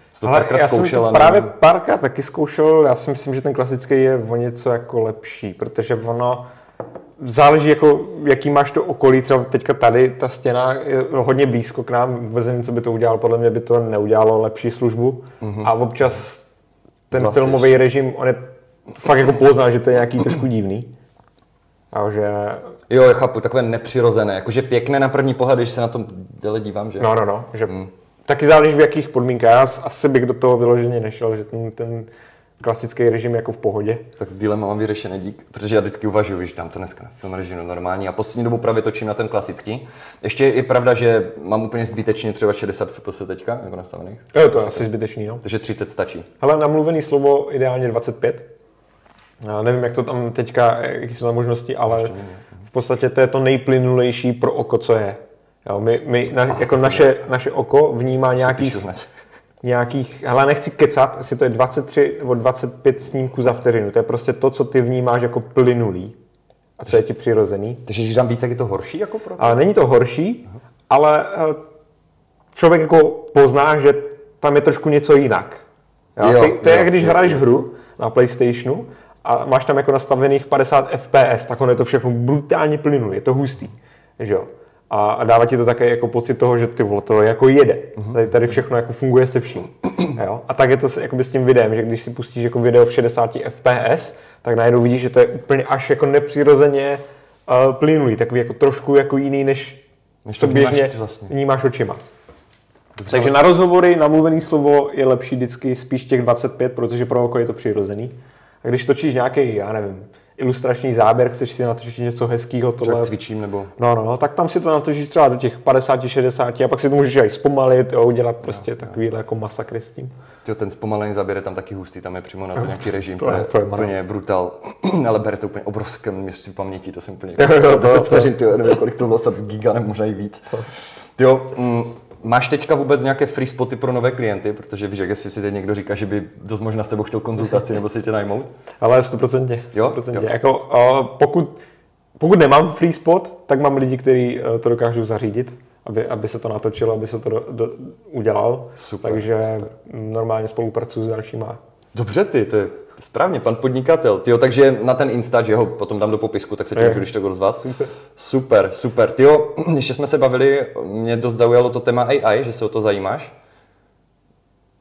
Já jsem to právě párkrát taky zkoušel, já si myslím, že ten klasický je o něco jako lepší, protože ono záleží jako, jaký máš to okolí, třeba teďka tady ta stěna je hodně blízko k nám, vůbec nevím, co by to udělalo, podle mě by to neudělalo lepší službu a občas ten filmový režim, on je fakt jako pozná, že to je nějaký trošku divný. Takže... Jo, já chápu, takové nepřirozené, jakože pěkné na první pohled, když se na tom déle dívám, že? No, že taky záleží v jakých podmínkách, já asi bych do toho vyloženě nešel, že ten klasický režim jako v pohodě. Tak dilema mám vyřešený, dík, protože já vždycky uvažuji, že dám to dneska na film režim normální a poslední dobu právě točím na ten klasický. Ještě je pravda, že mám úplně zbytečně třeba 60 fps teďka, jako nastavených. Jo, to je asi zbytečný, no. Takže 30 stačí. Hele, namluvený slovo ideálně 25. Já nevím, jak to tam teďka, jaký jsou tam možnosti, ale v podstatě to je to nejplynulejší pro oko, co je. Jo, jako naše oko vnímá nějakých, hele, nechci kecat, jestli to je 23 nebo 25 snímků za vteřinu. To je prostě to, co ty vnímáš jako plynulý a co je ti přirozený. Takže když dám víc, jak je to horší? Jako ale není to horší, ale člověk jako pozná, že tam je trošku něco jinak. To je jak když hraješ hru na PlayStationu a máš tam jako nastavených 50 FPS, tak ono je to všechno brutálně plynulý, je to hustý. Že jo? A dává ti to také jako pocit toho, že ty vole, to jako jede. Tady všechno jako funguje se vším. Jo? A tak je to jakoby s tím videem, že když si pustíš jako video v 60 FPS, tak najednou vidíš, že to je úplně až jako nepřirozeně plynulý, takový jako trošku jako jiný, než to běžně vnímáš očima. Takže na rozhovory namluvený slovo je lepší vždycky spíš těch 25, protože pro oko je to přirozený. A když točíš nějaký, já nevím, ilustrační záběr, chceš si natočit něco hezkýho, tohle. Třeba cvičím nebo... No, tak tam si to natočíš třeba do těch 50, 60 a pak si to můžeš i zpomalit, jo, udělat prostě takovýhle jako masakry s tím. Jo, ten zpomalený záběr je tam taky hustý, tam je přímo na to nějaký režim, to je úplně brutál, ale bere to úplně obrovské množství paměti, to jsem úplně 10 vteřin, nevím, kolik to bylo, giga nebo možná i víc. Jo, máš teďka vůbec nějaké free spoty pro nové klienty, protože víš, jak jestli si teď někdo říká, že by dost možná s tebou chtěl konzultaci nebo si tě najmout? Ale 100%. Jo? Jako, pokud nemám free spot, tak mám lidi, kteří to dokážou zařídit, aby se to natočilo, aby se to udělal. Super, takže super. Normálně spolupracuju s dalšíma. Dobře to je správně, pan podnikatel. Tyjo, takže na ten Insta, že ho potom dám do popisku, tak se ti můžu když tak rozvat. Super. Tyjo, ještě jsme se bavili, mě dost zaujalo to téma AI, že se o to zajímáš.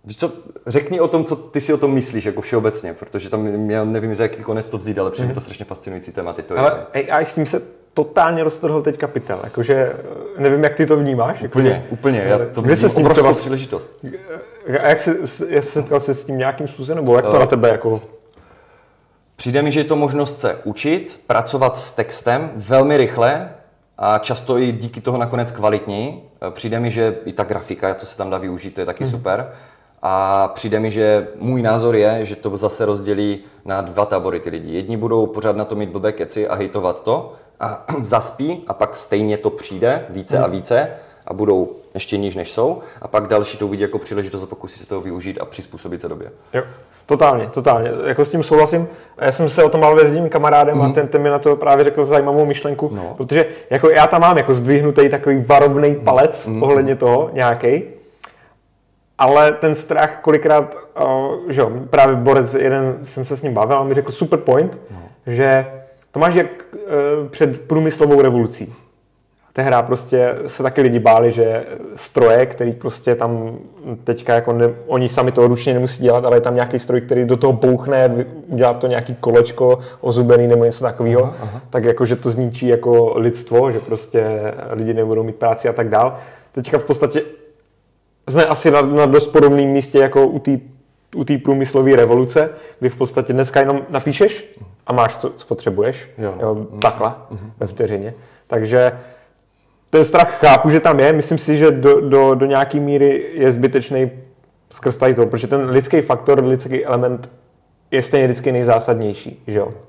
Víš co, řekni o tom, co ty si o tom myslíš, jako všeobecně, protože tam já nevím, za jaký konec to vzít, ale přijde mi to strašně fascinující téma. Ale AI s tím se totálně roztrhl teďka pytel, jakože nevím, jak ty to vnímáš. Úplně, já to vidím obrovskou příležitost. A jak jsi setkal se s tím nějakým způsobem, nebo jak to na tebe jako... Přijde mi, že je to možnost se učit, pracovat s textem velmi rychle a často i díky toho nakonec kvalitněji. Přijde mi, že i ta grafika, co se tam dá využít, to je taky super. A přijde mi, že můj názor je, že to zase rozdělí na dva tábory ty lidi. Jedni budou pořád na to mít blbé keci a hejtovat to a zaspí a pak stejně to přijde více a více a budou ještě níž, než jsou. A pak další to uvidí jako příležitost a pokusí se toho využít a přizpůsobit se době. Jo. Totálně. Jako s tím souhlasím. Já jsem se o tom bavil s jedním kamarádem a ten mi na to právě řekl zajímavou myšlenku, protože jako já tam mám jako zdvihnutý takový varovný palec ohledně toho nějaký. Ale ten strach kolikrát, že jo, právě Borec, jeden jsem se s ním bavil, a mi řekl super point, že to máš jak před průmyslovou revolucí. Tehdy prostě se taky lidi báli, že stroje, který prostě tam teďka jako oni sami to ručně nemusí dělat, ale je tam nějaký stroj, který do toho bouchne, udělá to nějaký kolečko ozubený nebo něco takového, tak jako, že to zničí jako lidstvo, že prostě lidi nebudou mít práci a tak dál. Teďka v podstatě jsme asi na dost podobném místě jako u té průmyslové revoluce, kdy v podstatě dneska jenom napíšeš a máš, co potřebuješ, takhle ve vteřině. Takže ten strach chápu, že tam je, myslím si, že do nějaké míry je zbytečný skrz tady to, protože ten lidský faktor, lidský element je stejně vždycky nejzásadnější, že jo.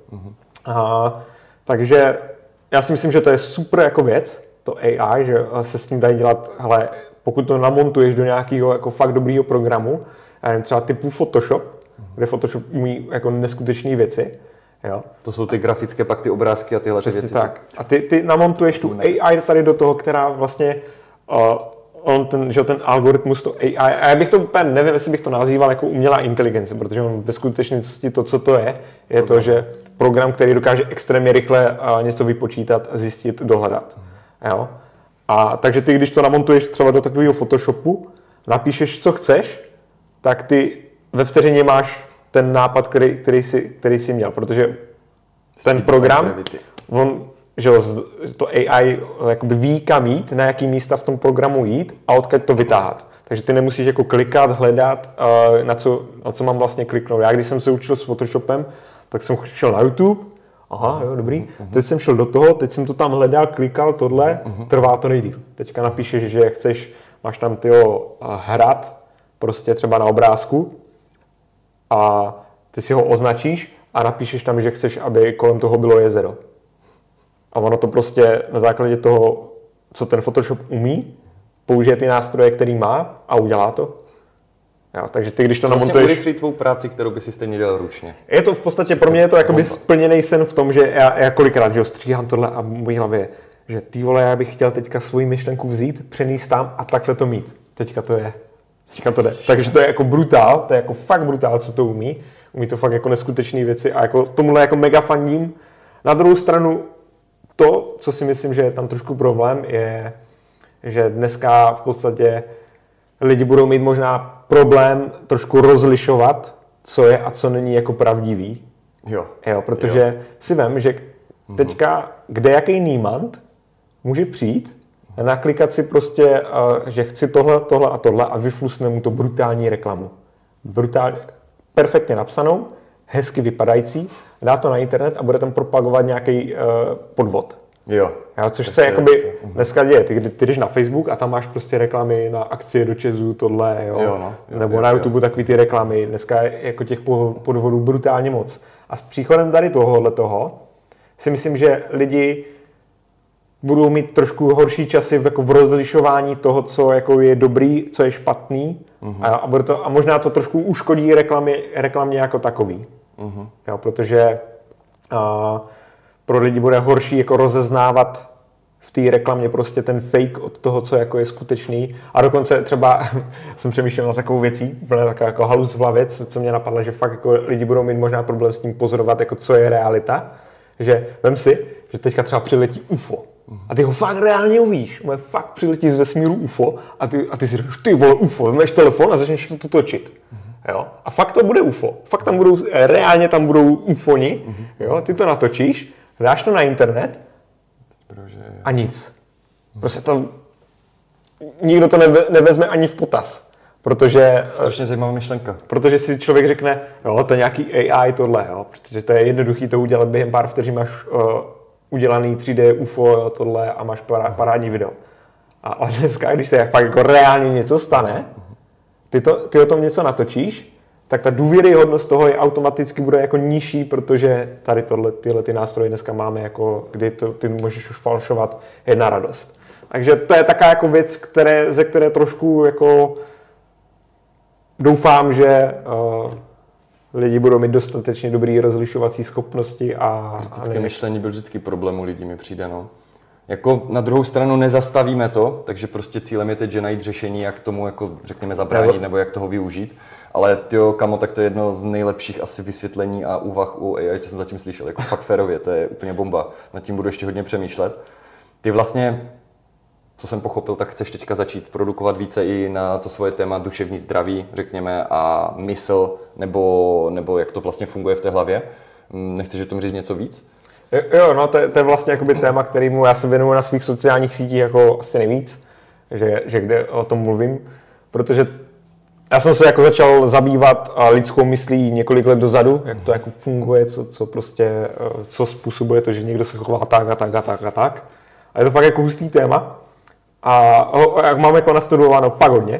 Takže já si myslím, že to je super jako věc, to AI, že se s tím dají dělat, hele, pokud to namontuješ do nějakého jako fakt dobrýho programu, já nevím, třeba typu Photoshop, kde Photoshop umí jako neskutečné věci. Jo. To jsou ty grafické, pak ty obrázky a tyhle Přesně věci. Tak. A ty namontuješ tu AI tady do toho, která vlastně ten algoritmus, to AI, a já bych to úplně, nevím, jestli bych to nazýval jako umělá inteligence, protože on ve skutečnosti to, co to je to, že program, který dokáže extrémně rychle něco vypočítat, zjistit, dohledat. Jo. A takže ty, když to namontuješ třeba do takového Photoshopu, napíšeš, co chceš, tak ty ve vteřině máš ten nápad, který jsi měl, protože ten program, on, že to AI jakoby ví, kam jít, na jaký místa v tom programu jít a odkud to vytáhat. Takže ty nemusíš jako klikat, hledat, na co mám vlastně kliknout. Já když jsem se učil s Photoshopem, tak jsem šel na YouTube, aha, jo, dobrý. Teď jsem šel do toho, teď jsem to tam hledal, klikal, tohle, trvá to nejdýl. Teďka napíšeš, že máš tam hrad, prostě třeba na obrázku a ty si ho označíš a napíšeš tam, že chceš, aby kolem toho bylo jezero. A ono to prostě na základě toho, co ten Photoshop umí, použije ty nástroje, který má a udělá to. Jo, takže ty, když to namontuješ... Vlastně urychlí tvou práci, kterou by si stejně dělal ručně. Je to v podstatě, pro mě je to jakoby splněný sen v tom, že já kolikrát, že stříhám tohle a v mojí hlavě, že ty vole, já bych chtěl teďka svoji myšlenku vzít, přenést tam a takhle to mít. Teďka to jde. Takže to je jako brutál, to je jako fakt brutál, co to umí. Umí to fakt jako neskutečné věci a jako tomuhle jako mega fandím. Na druhou stranu to, co si myslím, že je tam trošku problém, je, že dneska v podstatě lidi budou mít možná problém trošku rozlišovat, co je a co není jako pravdivý. Jo, protože si vem, že teďka kdejaký nímant může přijít a naklikat si prostě, že chci tohle a tohle a vyflusne mu to brutální reklamu. Perfektně napsanou, hezky vypadající, dá to na internet a bude tam propagovat nějaký podvod. Což se jakoby dneska děje. Ty jdeš na Facebook a tam máš prostě reklamy na akcie do Česu, tohle, nebo na YouTube takový ty reklamy. Dneska je jako těch podvodů brutálně moc. A s příchodem tady tohohletoho si myslím, že lidi budou mít trošku horší časy v rozlišování toho, co jako je dobrý, co je špatný. A možná to trošku uškodí reklamě jako takový. Protože pro lidi bude horší jako rozeznávat v té reklamě prostě ten fake od toho, co jako je skutečný. A dokonce třeba jsem přemýšlel na takovou věcí, úplně taková jako halus v hlavě, co mě napadlo, že fakt jako lidi budou mít možná problém s tím pozorovat, jako co je realita. Že vem si, že teďka třeba přiletí UFO. A ty ho fakt reálně uvidíš. Fakt přiletí z vesmíru UFO a ty si říkáš, ty vole UFO, vezmeš telefon a začneš to točit. Jo? A fakt to bude UFO. Fakt tam budou, reálně tam budou UFOni. Jo? Ty to natočíš, dáš to na internet a nic. Prostě to nikdo to nevezme ani v potaz. Protože strašně zajímavá myšlenka. Protože si člověk řekne, jo, to je nějaký AI tohle, jo, protože to je jednoduchý to udělat během pár vteřin, máš udělaný 3D UFO, jo, tohle a máš parádní video. Ale dneska, když se fakt jako reálně něco stane, ty o tom něco natočíš, tak ta důvěryhodnost toho je automaticky bude jako nižší, protože tady tyhle ty nástroje dneska máme, jako, kdy ty můžeš už falšovat, jedna radost. Takže to je taková jako věc, ze které trošku jako doufám, že lidi budou mít dostatečně dobrý rozlišovací schopnosti a kritické myšlení byl vždycky problém u lidí, mi přijde, no. Jako na druhou stranu nezastavíme to, takže prostě cílem je teď, že najít řešení, jak tomu jako řekněme zabránit nebo jak toho využít. Ale tyjo, kamo, tak to je jedno z nejlepších asi vysvětlení a úvah u AI, co jsem zatím slyšel. Jako fakt férově, to je úplně bomba. Nad tím budu ještě hodně přemýšlet. Ty vlastně, co jsem pochopil, tak chceš teďka začít produkovat více i na to svoje téma duševní zdraví, řekněme, a mysl, nebo jak to vlastně funguje v té hlavě. Nechceš o tom říct něco víc? Jo, no to je vlastně jakoby téma, kterému já se věnuju na svých sociálních sítích jako asi nejvíc, že kde o tom mluvím, protože já jsem se jako začal zabývat lidskou myslí několik let dozadu, jak to jako funguje, co způsobuje to, že někdo se chová tak a tak a tak a tak. A je to fakt jako hustý téma. A jak mám jako nastudováno fakt hodně.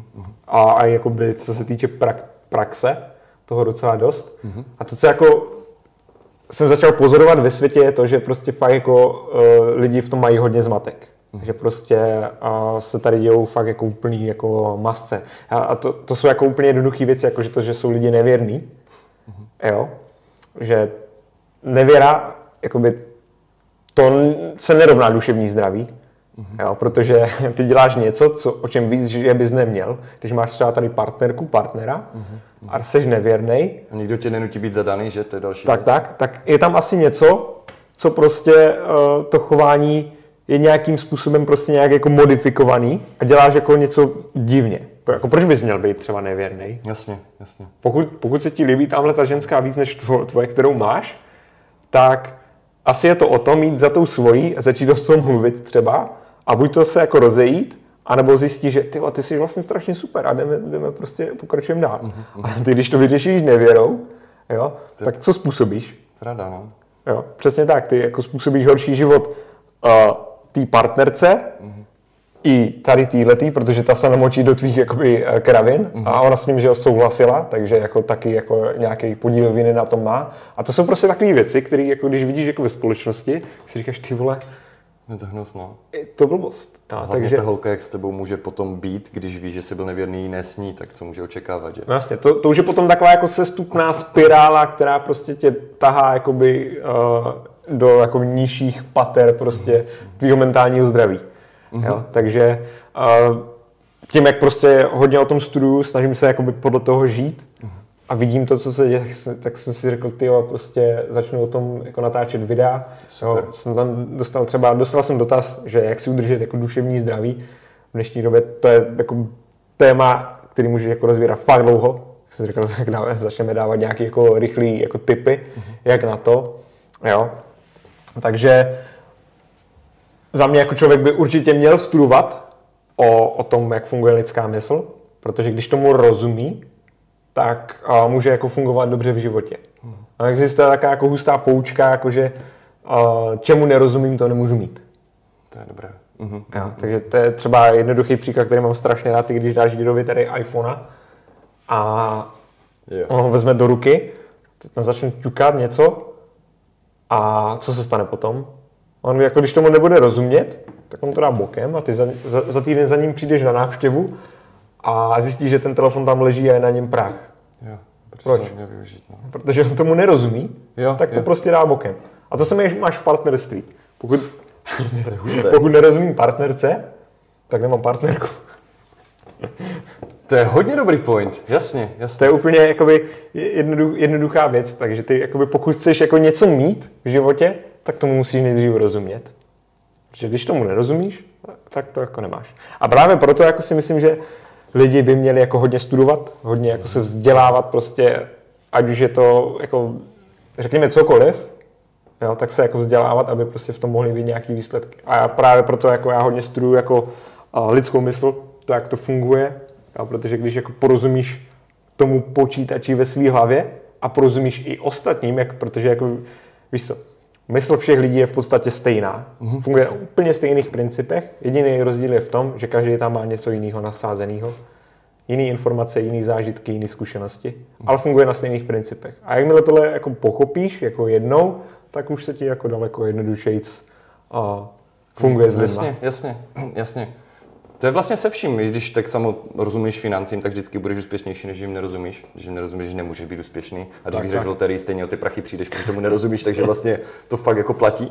A jakoby, co se týče praxe, toho docela dost. A to, co jako jsem začal pozorovat ve světě, je to, že prostě fakt jako lidi v tom mají hodně zmatek. Že prostě se tady dějou fakt jako úplný jako masce. A to jsou jako úplně jednoduché věci, jako že to, že jsou lidi nevěrní. Jo? Že nevěra, jakoby, to se nerovná duševní zdraví. Jo? Protože ty děláš něco, o čem víc, že bys neměl. Když máš třeba tady partnera a jsi nevěrnej. A nikdo tě nenutí být zadaný, že? To je další věc. Tak je tam asi něco, co prostě to chování je nějakým způsobem prostě nějak jako modifikovaný a děláš jako něco divně. Jako proč bys měl být třeba nevěrnej? Jasně. Pokud se ti líbí tamhle ta ženská víc než tvoje, kterou máš, tak asi je to o tom jít za tou svojí a začít o tom mluvit třeba a buď to se jako rozejít, anebo zjistíš, že ty jsi vlastně strašně super a jdeme prostě pokračujeme dál. A ty, když to vyřešíš nevěrou, jo, tak co způsobíš? Zrada, no. Jo, přesně tak, ty jako způsobíš horší život té partnerce i tady týhletý, protože ta se namočí do tvých jakoby kravin a ona s ním, že souhlasila, takže jako taky jako nějaký podíl viny na tom má. A to jsou prostě takové věci, které jako když vidíš jako ve společnosti, si říkáš, ty vole, je to hnusno. Je to blbost. Takže ta holka, jak s tebou může potom být, když ví, že jsi byl nevěrný jiné s ní, tak co může očekávat, že? No jasně, to už je potom taková jako sestupná spirála, která prostě tě tahá jakoby do jako nižších pater prostě tvýho mentálního zdraví. Jo? Takže tím, jak prostě hodně o tom studuju, snažím se jakoby podle toho žít a vidím to, co se děje, tak jsem si řekl, prostě začnu o tom jako natáčet videa. Jo, jsem tam dostal jsem dotaz, že jak si udržet jako duševní zdraví. V dnešní době to je jako téma, který můžeš jako rozvírat fakt dlouho. Jsem řekl, tak začneme dávat nějaké jako rychlé jako tipy, jak na to. Jo. Takže za mě jako člověk by určitě měl studovat o tom, jak funguje lidská mysl, protože když tomu rozumí, tak může jako fungovat dobře v životě. A existuje taková jako hustá poučka, jakože čemu nerozumím, to nemůžu mít. To je dobré. Jo, takže to je třeba jednoduchý příklad, který mám strašně rád, když dáš dědovi tady iPhonea a on ho vezme do ruky, teď tam začne ťukat něco a co se stane potom? On jako když tomu nebude rozumět, tak on to dá bokem a ty za týden za ním přijdeš na návštěvu a zjistíš, že ten telefon tam leží a je na něm prach. Jo, proč? Využít, no. Protože on tomu nerozumí, tak to prostě dá bokem. A to se máš v partnerství. Pokud nerozumím partnerce, tak nemám partnerku. To je hodně dobrý point, jasně. To je úplně jakoby jednoduchá věc, takže ty jakoby, pokud chceš jako něco mít v životě, tak tomu musíš nejdřív rozumět. Protože když tomu nerozumíš, tak to jako nemáš. A právě proto jako si myslím, že lidi by měli jako hodně studovat, hodně jako se vzdělávat prostě, ať už je to jako, řekněme cokoliv, jo, tak se jako vzdělávat, aby prostě v tom mohly být nějaký výsledky. A já právě proto jako já hodně studuju jako lidskou mysl, to jak to funguje, jo, protože když jako porozumíš tomu počítači ve své hlavě a porozumíš i ostatním, protože jako, víš co, mysl všech lidí je v podstatě stejná. Funguje na úplně stejných principech. Jediný rozdíl je v tom, že každý tam má něco jiného nasázeného. Jiný informace, jiný zážitky, jiné zkušenosti. Ale funguje na stejných principech. A jakmile tohle jako pochopíš jako jednou, tak už se ti jako daleko jednodušejc funguje s lidma. Jasně. To je vlastně se vším. Když tak samo rozumíš financím, tak vždycky budeš úspěšnější, než jim nerozumíš. Když jim nerozumíš, že nemůžeš být úspěšný. A když vyhraješ loterii, stejně o ty prachy přijdeš, protože tomu nerozumíš, takže vlastně to fakt jako platí.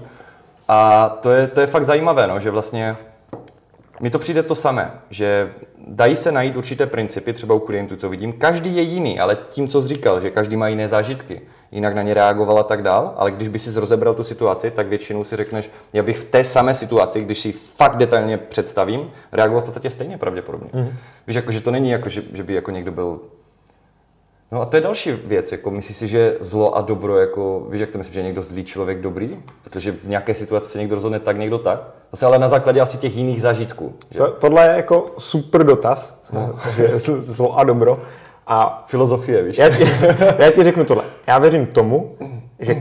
A to je fakt zajímavé, no, že vlastně mi to přijde to samé, že dají se najít určité principy, třeba u klientů, co vidím. Každý je jiný, ale tím, co jsi říkal, že každý má jiné zážitky, jinak na ně reagoval a tak dál, ale když by si rozebral tu situaci, tak většinou si řekneš, já bych v té samé situaci, když si fakt detailně představím, reagoval v podstatě stejně pravděpodobně. Víš, jako, že to není jako, že by jako někdo byl. No a to je další věc, jako myslíš si, že zlo a dobro, jako, víš, jak to myslím, že je někdo zlý člověk dobrý? Protože v nějaké situaci se někdo rozhodne tak, někdo tak. Zase ale na základě asi těch jiných zážitků. Že? Tohle je jako super dotaz, že zlo a dobro. A filozofie, víš? Já ti řeknu tohle. Já věřím tomu, že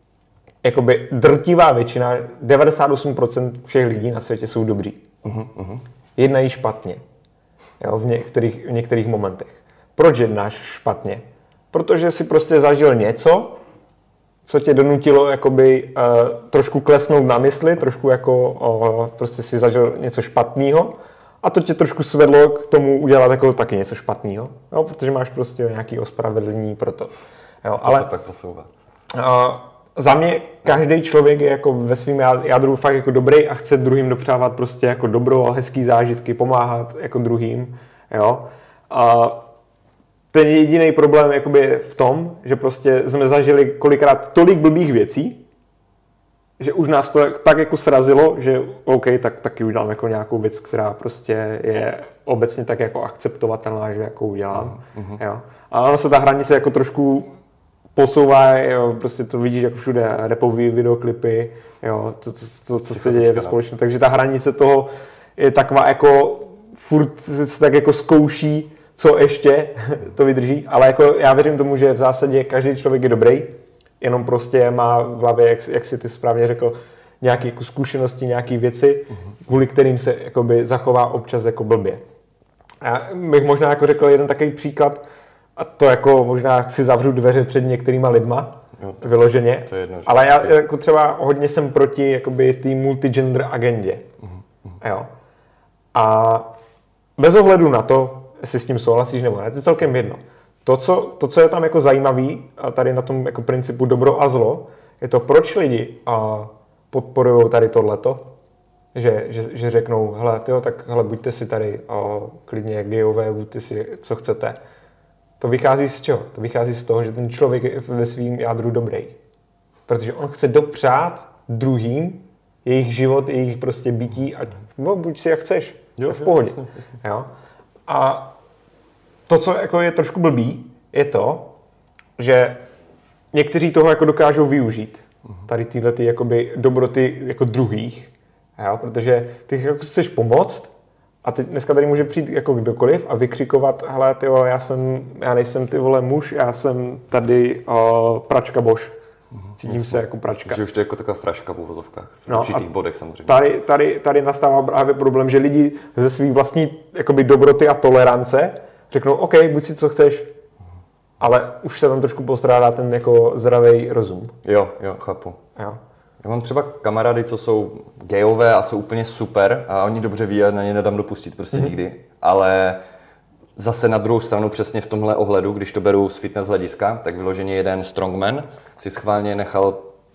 jakoby drtivá většina, 98% všech lidí na světě jsou dobří. Jednají špatně. Jo, v některých momentech. Proč jednáš špatně? Protože si prostě zažil něco, co tě donutilo jakoby, trošku klesnout na mysli, trošku jako prostě si zažil něco špatného a to tě trošku svedlo k tomu udělat jako taky něco špatného, jo, protože máš prostě nějaký ospravedlnění pro to. Jo, ale se pak posouvá. Za mě každý člověk je jako ve svém jádru fakt jako dobrý a chce druhým dopřávat prostě jako dobro a hezký zážitky, pomáhat jako druhým, jo. Ten jediný problém jakoby je v tom, že prostě jsme zažili kolikrát tolik blbých věcí, že už nás to tak jako srazilo, že OK, tak taky udělám jako nějakou věc, která prostě je obecně tak jako akceptovatelná, že jako udělám. Jo. A ono se ta hranice jako trošku posouvá, jo, prostě to vidíš jako všude, rapové videoklipy, jo, to co se děje ve společnosti. Takže ta hranice toho je taková jako furt se tak jako zkouší, co ještě to vydrží, ale jako já věřím tomu, že v zásadě každý člověk je dobrý, jenom prostě má v hlavě, jak si ty správně řekl, nějaké jako zkušenosti, nějaké věci, kvůli kterým se jakoby zachová občas jako blbě. Já bych možná jako řekl jeden takový příklad, a to jako možná si zavřu dveře před některýma lidma, jo, vyloženě, to je jedno, ale já jako třeba hodně jsem proti jakoby té multigender agendě. Jo. A bez ohledu na to, jestli s tím souhlasíš nebo ne, to je celkem jedno. To, co je tam jako zajímavý, tady na tom jako principu dobro a zlo, je to, proč lidi podporují tady tohleto, že řeknou, hele, tyjo, tak hele, buďte si tady klidně gejové, buďte si, co chcete. To vychází z čeho? To vychází z toho, že ten člověk je ve svým jádru dobrý. Protože on chce dopřát druhým jejich život, jejich prostě bytí a buď si jak chceš, jo, v pohodě. Jasně. Jo? A to, co jako je trošku blbý, je to, že někteří toho jako dokážou využít. Tady tyhle ty jakoby dobroty jako druhých, jo? Protože ty jako chceš pomoct a teď dneska tady může přijít jako kdokoliv a vykřikovat, hele, tyjo, já nejsem ty vole muž, já jsem tady pračka Bož. Cítím se jako pračka. Myslím, že už to je jako taková fraška v uvozovkách, v určitých bodech samozřejmě. Tady nastává právě problém, že lidi ze svých vlastní jakoby dobroty a tolerance řeknou, OK, buď si co chceš, ale už se tam trošku postrádá ten jako zdravý rozum. Jo, chápu. Jo. Já mám třeba kamarády, co jsou gejové a jsou úplně super a oni dobře ví, a na ně nedám dopustit prostě nikdy, ale zase na druhou stranu přesně v tomhle ohledu, když to beru z fitness hlediska, tak vyloženě jeden strongman si schválně nechal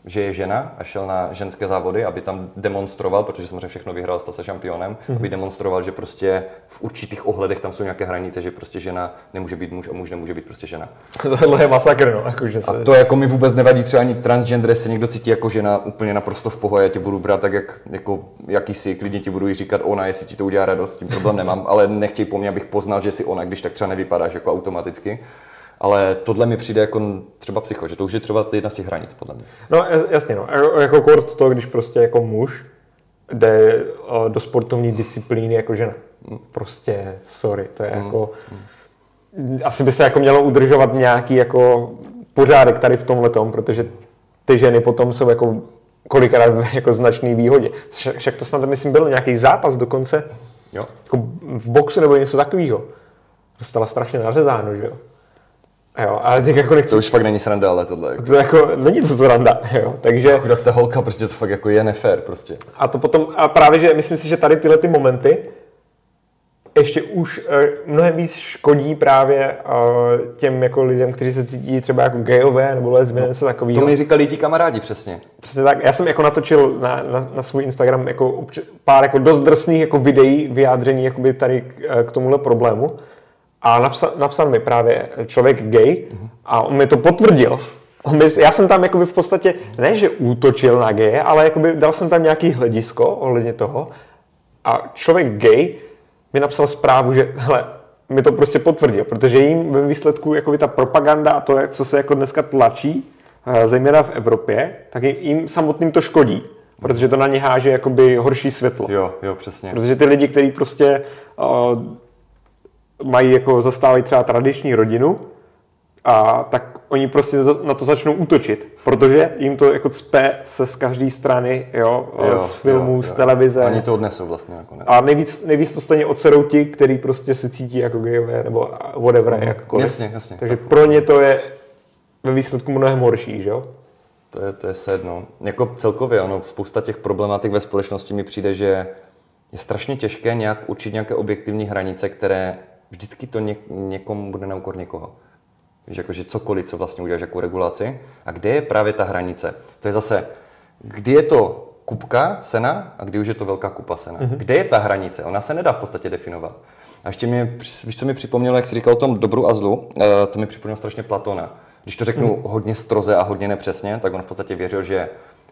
že je žena a šel na ženské závody, aby tam demonstroval, protože samozřejmě všechno vyhrál, stal se šampionem, aby demonstroval, že prostě v určitých ohledech tam jsou nějaké hranice, že prostě žena nemůže být muž a muž nemůže být prostě žena. Tohle je masakr, no. Jakože A to jako mi vůbec nevadí, třeba ani transgender, se někdo cítí jako žena úplně naprosto v pohodě, já tě budu brát tak, jako jaký jsi, klidně ti budu jí říkat ona, jestli ti to udělá radost, s tím problém nemám, ale nechtěj po mně, abych poznal, že jsi ona, když tak třeba nevypadáš jako automaticky. Ale tohle mi přijde jako třeba psycho, že to už je třeba jedna z těch hranic, podle mě. No jasně, no. Jako kort to, když prostě jako muž jde do sportovní disciplíny jako žena. Prostě, sorry, to je jako... Asi by se jako mělo udržovat nějaký jako pořádek tady v tomhletom, protože ty ženy potom jsou jako kolikrát jako značný výhodě. Však to snad, myslím, byl nějaký zápas dokonce, jo. Jako v boxu nebo něco takového. Dostala strašně nařezáno, že jo. Jo, ale teď jako nechci... To už fakt není sranda, ale tohle. To jako není to sranda, jo, takže... Chudák ta holka, prostě to fakt jako je nefér prostě. A to potom, a právě, že myslím si, že tady tyhle ty momenty ještě už mnohem víc škodí právě těm jako lidem, kteří se cítí třeba jako gayové nebo lesby, něco takového. To mi říkali ti kamarádi přesně. Přesně tak, já jsem jako natočil na svůj Instagram jako pár jako dost drsných jako videí, vyjádření jakoby tady k tomuhle problému. A napsal mi právě člověk gay a on mi to potvrdil. Já jsem tam jakoby v podstatě, ne že útočil na gaye, ale jakoby dal jsem tam nějaký hledisko ohledně toho. A člověk gay mi napsal zprávu, že hele, mi to prostě potvrdil, protože jim ve výsledku jakoby ta propaganda a to, co se jako dneska tlačí, zejména v Evropě, tak jim samotným to škodí. Protože to na ně háže jakoby horší světlo. Jo, přesně. Protože ty lidi, kteří prostě mají jako zastávají třeba tradiční rodinu, a tak oni prostě na to začnou útočit, protože jim to jako cpe se z každé strany, jo, z filmů, z televize. Oni to odnesou vlastně nakonec. A nejvíc to stejně odserou ti, který prostě se cítí jako gayové nebo whatever, jakkoliv. Jasně. Takže pro ně to je ve výsledku mnohem horší, že jo? To je sad, no. Jako celkově, spousta těch problematik ve společnosti mi přijde, že je strašně těžké určit nějaké objektivní hranice, které vždycky to někomu bude na úkor někoho. Víš, jakože cokoliv, co vlastně uděláš jako regulaci. A kde je právě ta hranice? To je zase, kdy je to kupka sena a kdy už je to velká kupa sena. Kde je ta hranice? Ona se nedá v podstatě definovat. A ještě víš, co mi připomnělo, jak jsi říkal o tom dobru a zlu, to mi připomnělo strašně Platona. Když to řeknu hodně stroze a hodně nepřesně, tak on v podstatě věřil, že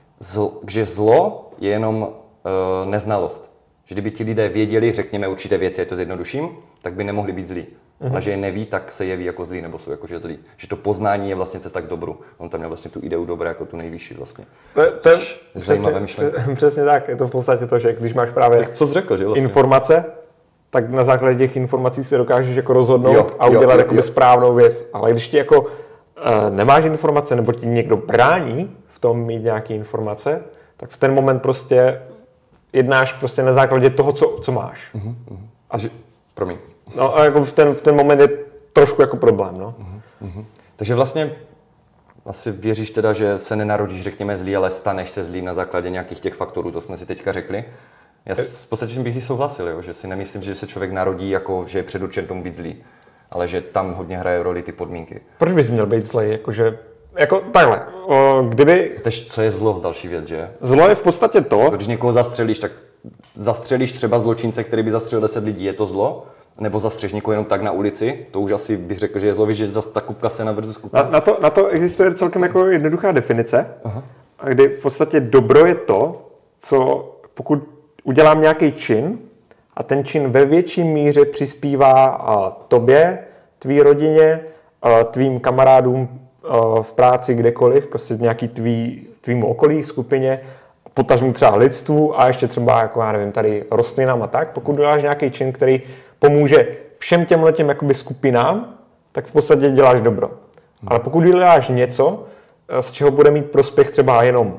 zlo je jenom neznalost. Že kdyby ti lidé věděli, řekněme určité věci, je to zjednoduším, tak by nemohli být zlí. Ale že je neví, tak se jeví jako zlí, nebo jsou jakože zlí. Že to poznání je vlastně cesta k dobru. On tam měl vlastně tu ideu dobra jako tu nejvyšší vlastně. To je zajímavé myšlenky. Přesně tak, je to v podstatě to, že když máš právě tak co jsi řekl, že vlastně? Informace, tak na základě těch informací si dokážeš jako rozhodnout a udělat jakoby správnou věc. Ale když ti jako nemáš informace, nebo ti někdo brání v tom mít nějaké informace, tak v ten moment prostě jednáš prostě na základě toho, co máš. Promiň. No a jako v ten moment je trošku jako problém, no. Takže vlastně asi věříš teda, že se nenarodíš, řekněme, zlý, ale staneš se zlým na základě nějakých těch faktorů, to jsme si teďka řekli. Já v podstatě bych i souhlasil, jo, že si nemyslím, že se člověk narodí jako, že je předurčen tomu být zlý, ale že tam hodně hraje roli ty podmínky. Proč bys měl být zlej? Jako takhle, kdyby... Tež, co je zlo, další věc, že? Zlo je v podstatě to... Když někoho zastřelíš, tak zastřelíš třeba zločince, který by zastřelil 10 lidí, je to zlo? Nebo zastřelíš někoho jenom tak na ulici? To už asi bych řekl, že je zlo, že zase ta kupka sena versus kupka. Na to existuje celkem jako jednoduchá definice, kdy v podstatě dobro je to, co pokud udělám nějaký čin a ten čin ve větší míře přispívá tobě, tvý rodině, tvým kamarádům v práci, kdekoliv, prostě nějaký tvýmu okolí, skupině, potažmu třeba lidstvu a ještě třeba, jako já nevím, tady rostlinám a tak. Pokud děláš nějaký čin, který pomůže všem těmhletěm jakoby skupinám, tak v podstatě děláš dobro. Ale pokud děláš něco, z čeho bude mít prospěch třeba jenom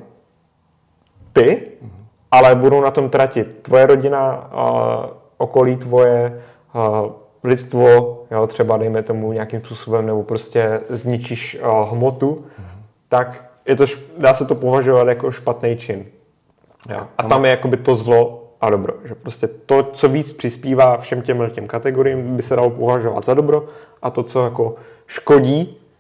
ty, ale budou na tom tratit tvoje rodina, okolí tvoje, lidstvo, jo, třeba dejme tomu nějakým způsobem, nebo prostě zničíš hmotu, tak dá se to považovat jako špatný čin. Jo. A tam je jakoby to zlo a dobro. Že prostě to, co víc přispívá všem těm kategoriím, by se dalo považovat za dobro a to, co jako škodí,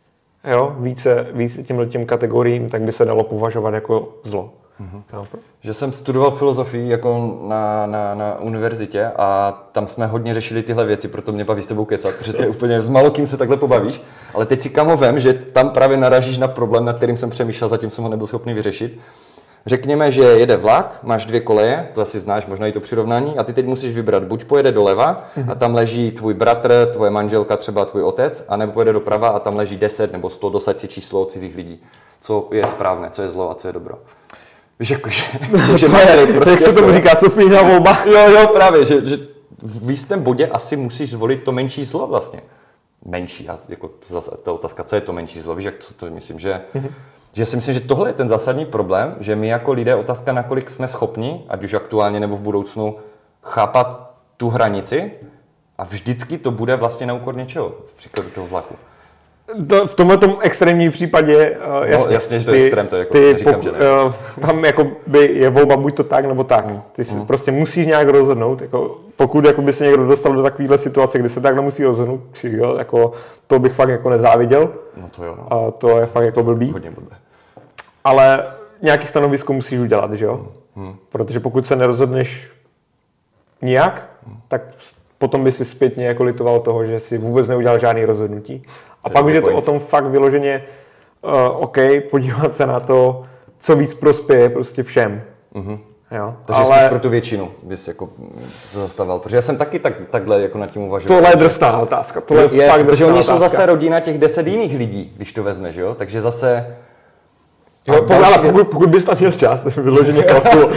jo, více těmhletím kategoriím, tak by se dalo považovat jako zlo. Že jsem studoval filozofii jako na univerzitě a tam jsme hodně řešili tyhle věci, proto mě baví s tebou kecat, protože to je úplně s malokým se takhle pobavíš, ale teď si kamo vem, že tam právě naražíš na problém, nad kterým jsem přemýšlel, zatím jsem ho nebyl schopný vyřešit. Řekněme, že jede vlak, máš 2 koleje, to asi znáš, možná i to přirovnání, a ty teď musíš vybrat, buď pojede doleva a tam leží tvůj bratr, tvoje manželka, třeba tvůj otec, anebo pojede doprava a tam leží 10 nebo 100, dosaď si číslo od cizích lidí. Co je správné, co je zlo a co je dobro. Víš, jakože prostě jak se tomu říká Sofína volba. Jo, právě, že v jistém bodě asi musíš zvolit to menší zlo vlastně. Menší, a jako zase ta otázka, co je to menší zlo, víš, jak to myslím, že si myslím, že tohle je ten zásadní problém, že my jako lidé, otázka, nakolik jsme schopni, ať už aktuálně nebo v budoucnu, chápat tu hranici a vždycky to bude vlastně na úkor něčeho, v příkladu toho vlaku. V tomto extrémním případě, jasně, že to je extrém, to je jako, říkám, že ne. Tam jako by je volba buď to tak, nebo tak. Ty si prostě musíš nějak rozhodnout, jako, pokud jako by se někdo dostal do takovéhle situace, kdy se takhle musí rozhodnout, jo, jako, to bych fakt jako nezáviděl. No to jo, no. A to je fakt jako blbý. Hodně blbé. Ale nějaký stanovisko musíš udělat, že jo? Protože pokud se nerozhodneš nijak, tak potom by si zpětně jako litoval toho, že si vůbec neudělal žádný rozhodnutí. A pak už je to o tom fakt vyloženě OK, podívat se na to, co víc prospěje prostě všem. Jo? Takže spíš pro tu většinu bys jako zastával, protože já jsem taky takhle jako nad tím uvažoval. Tohle je drsná otázka. Protože oni jsou zase rodina těch 10 jiných lidí, když to vezmeš, jo? Takže zase... Pokud bys tam měl čas, vyloženě kalkulu.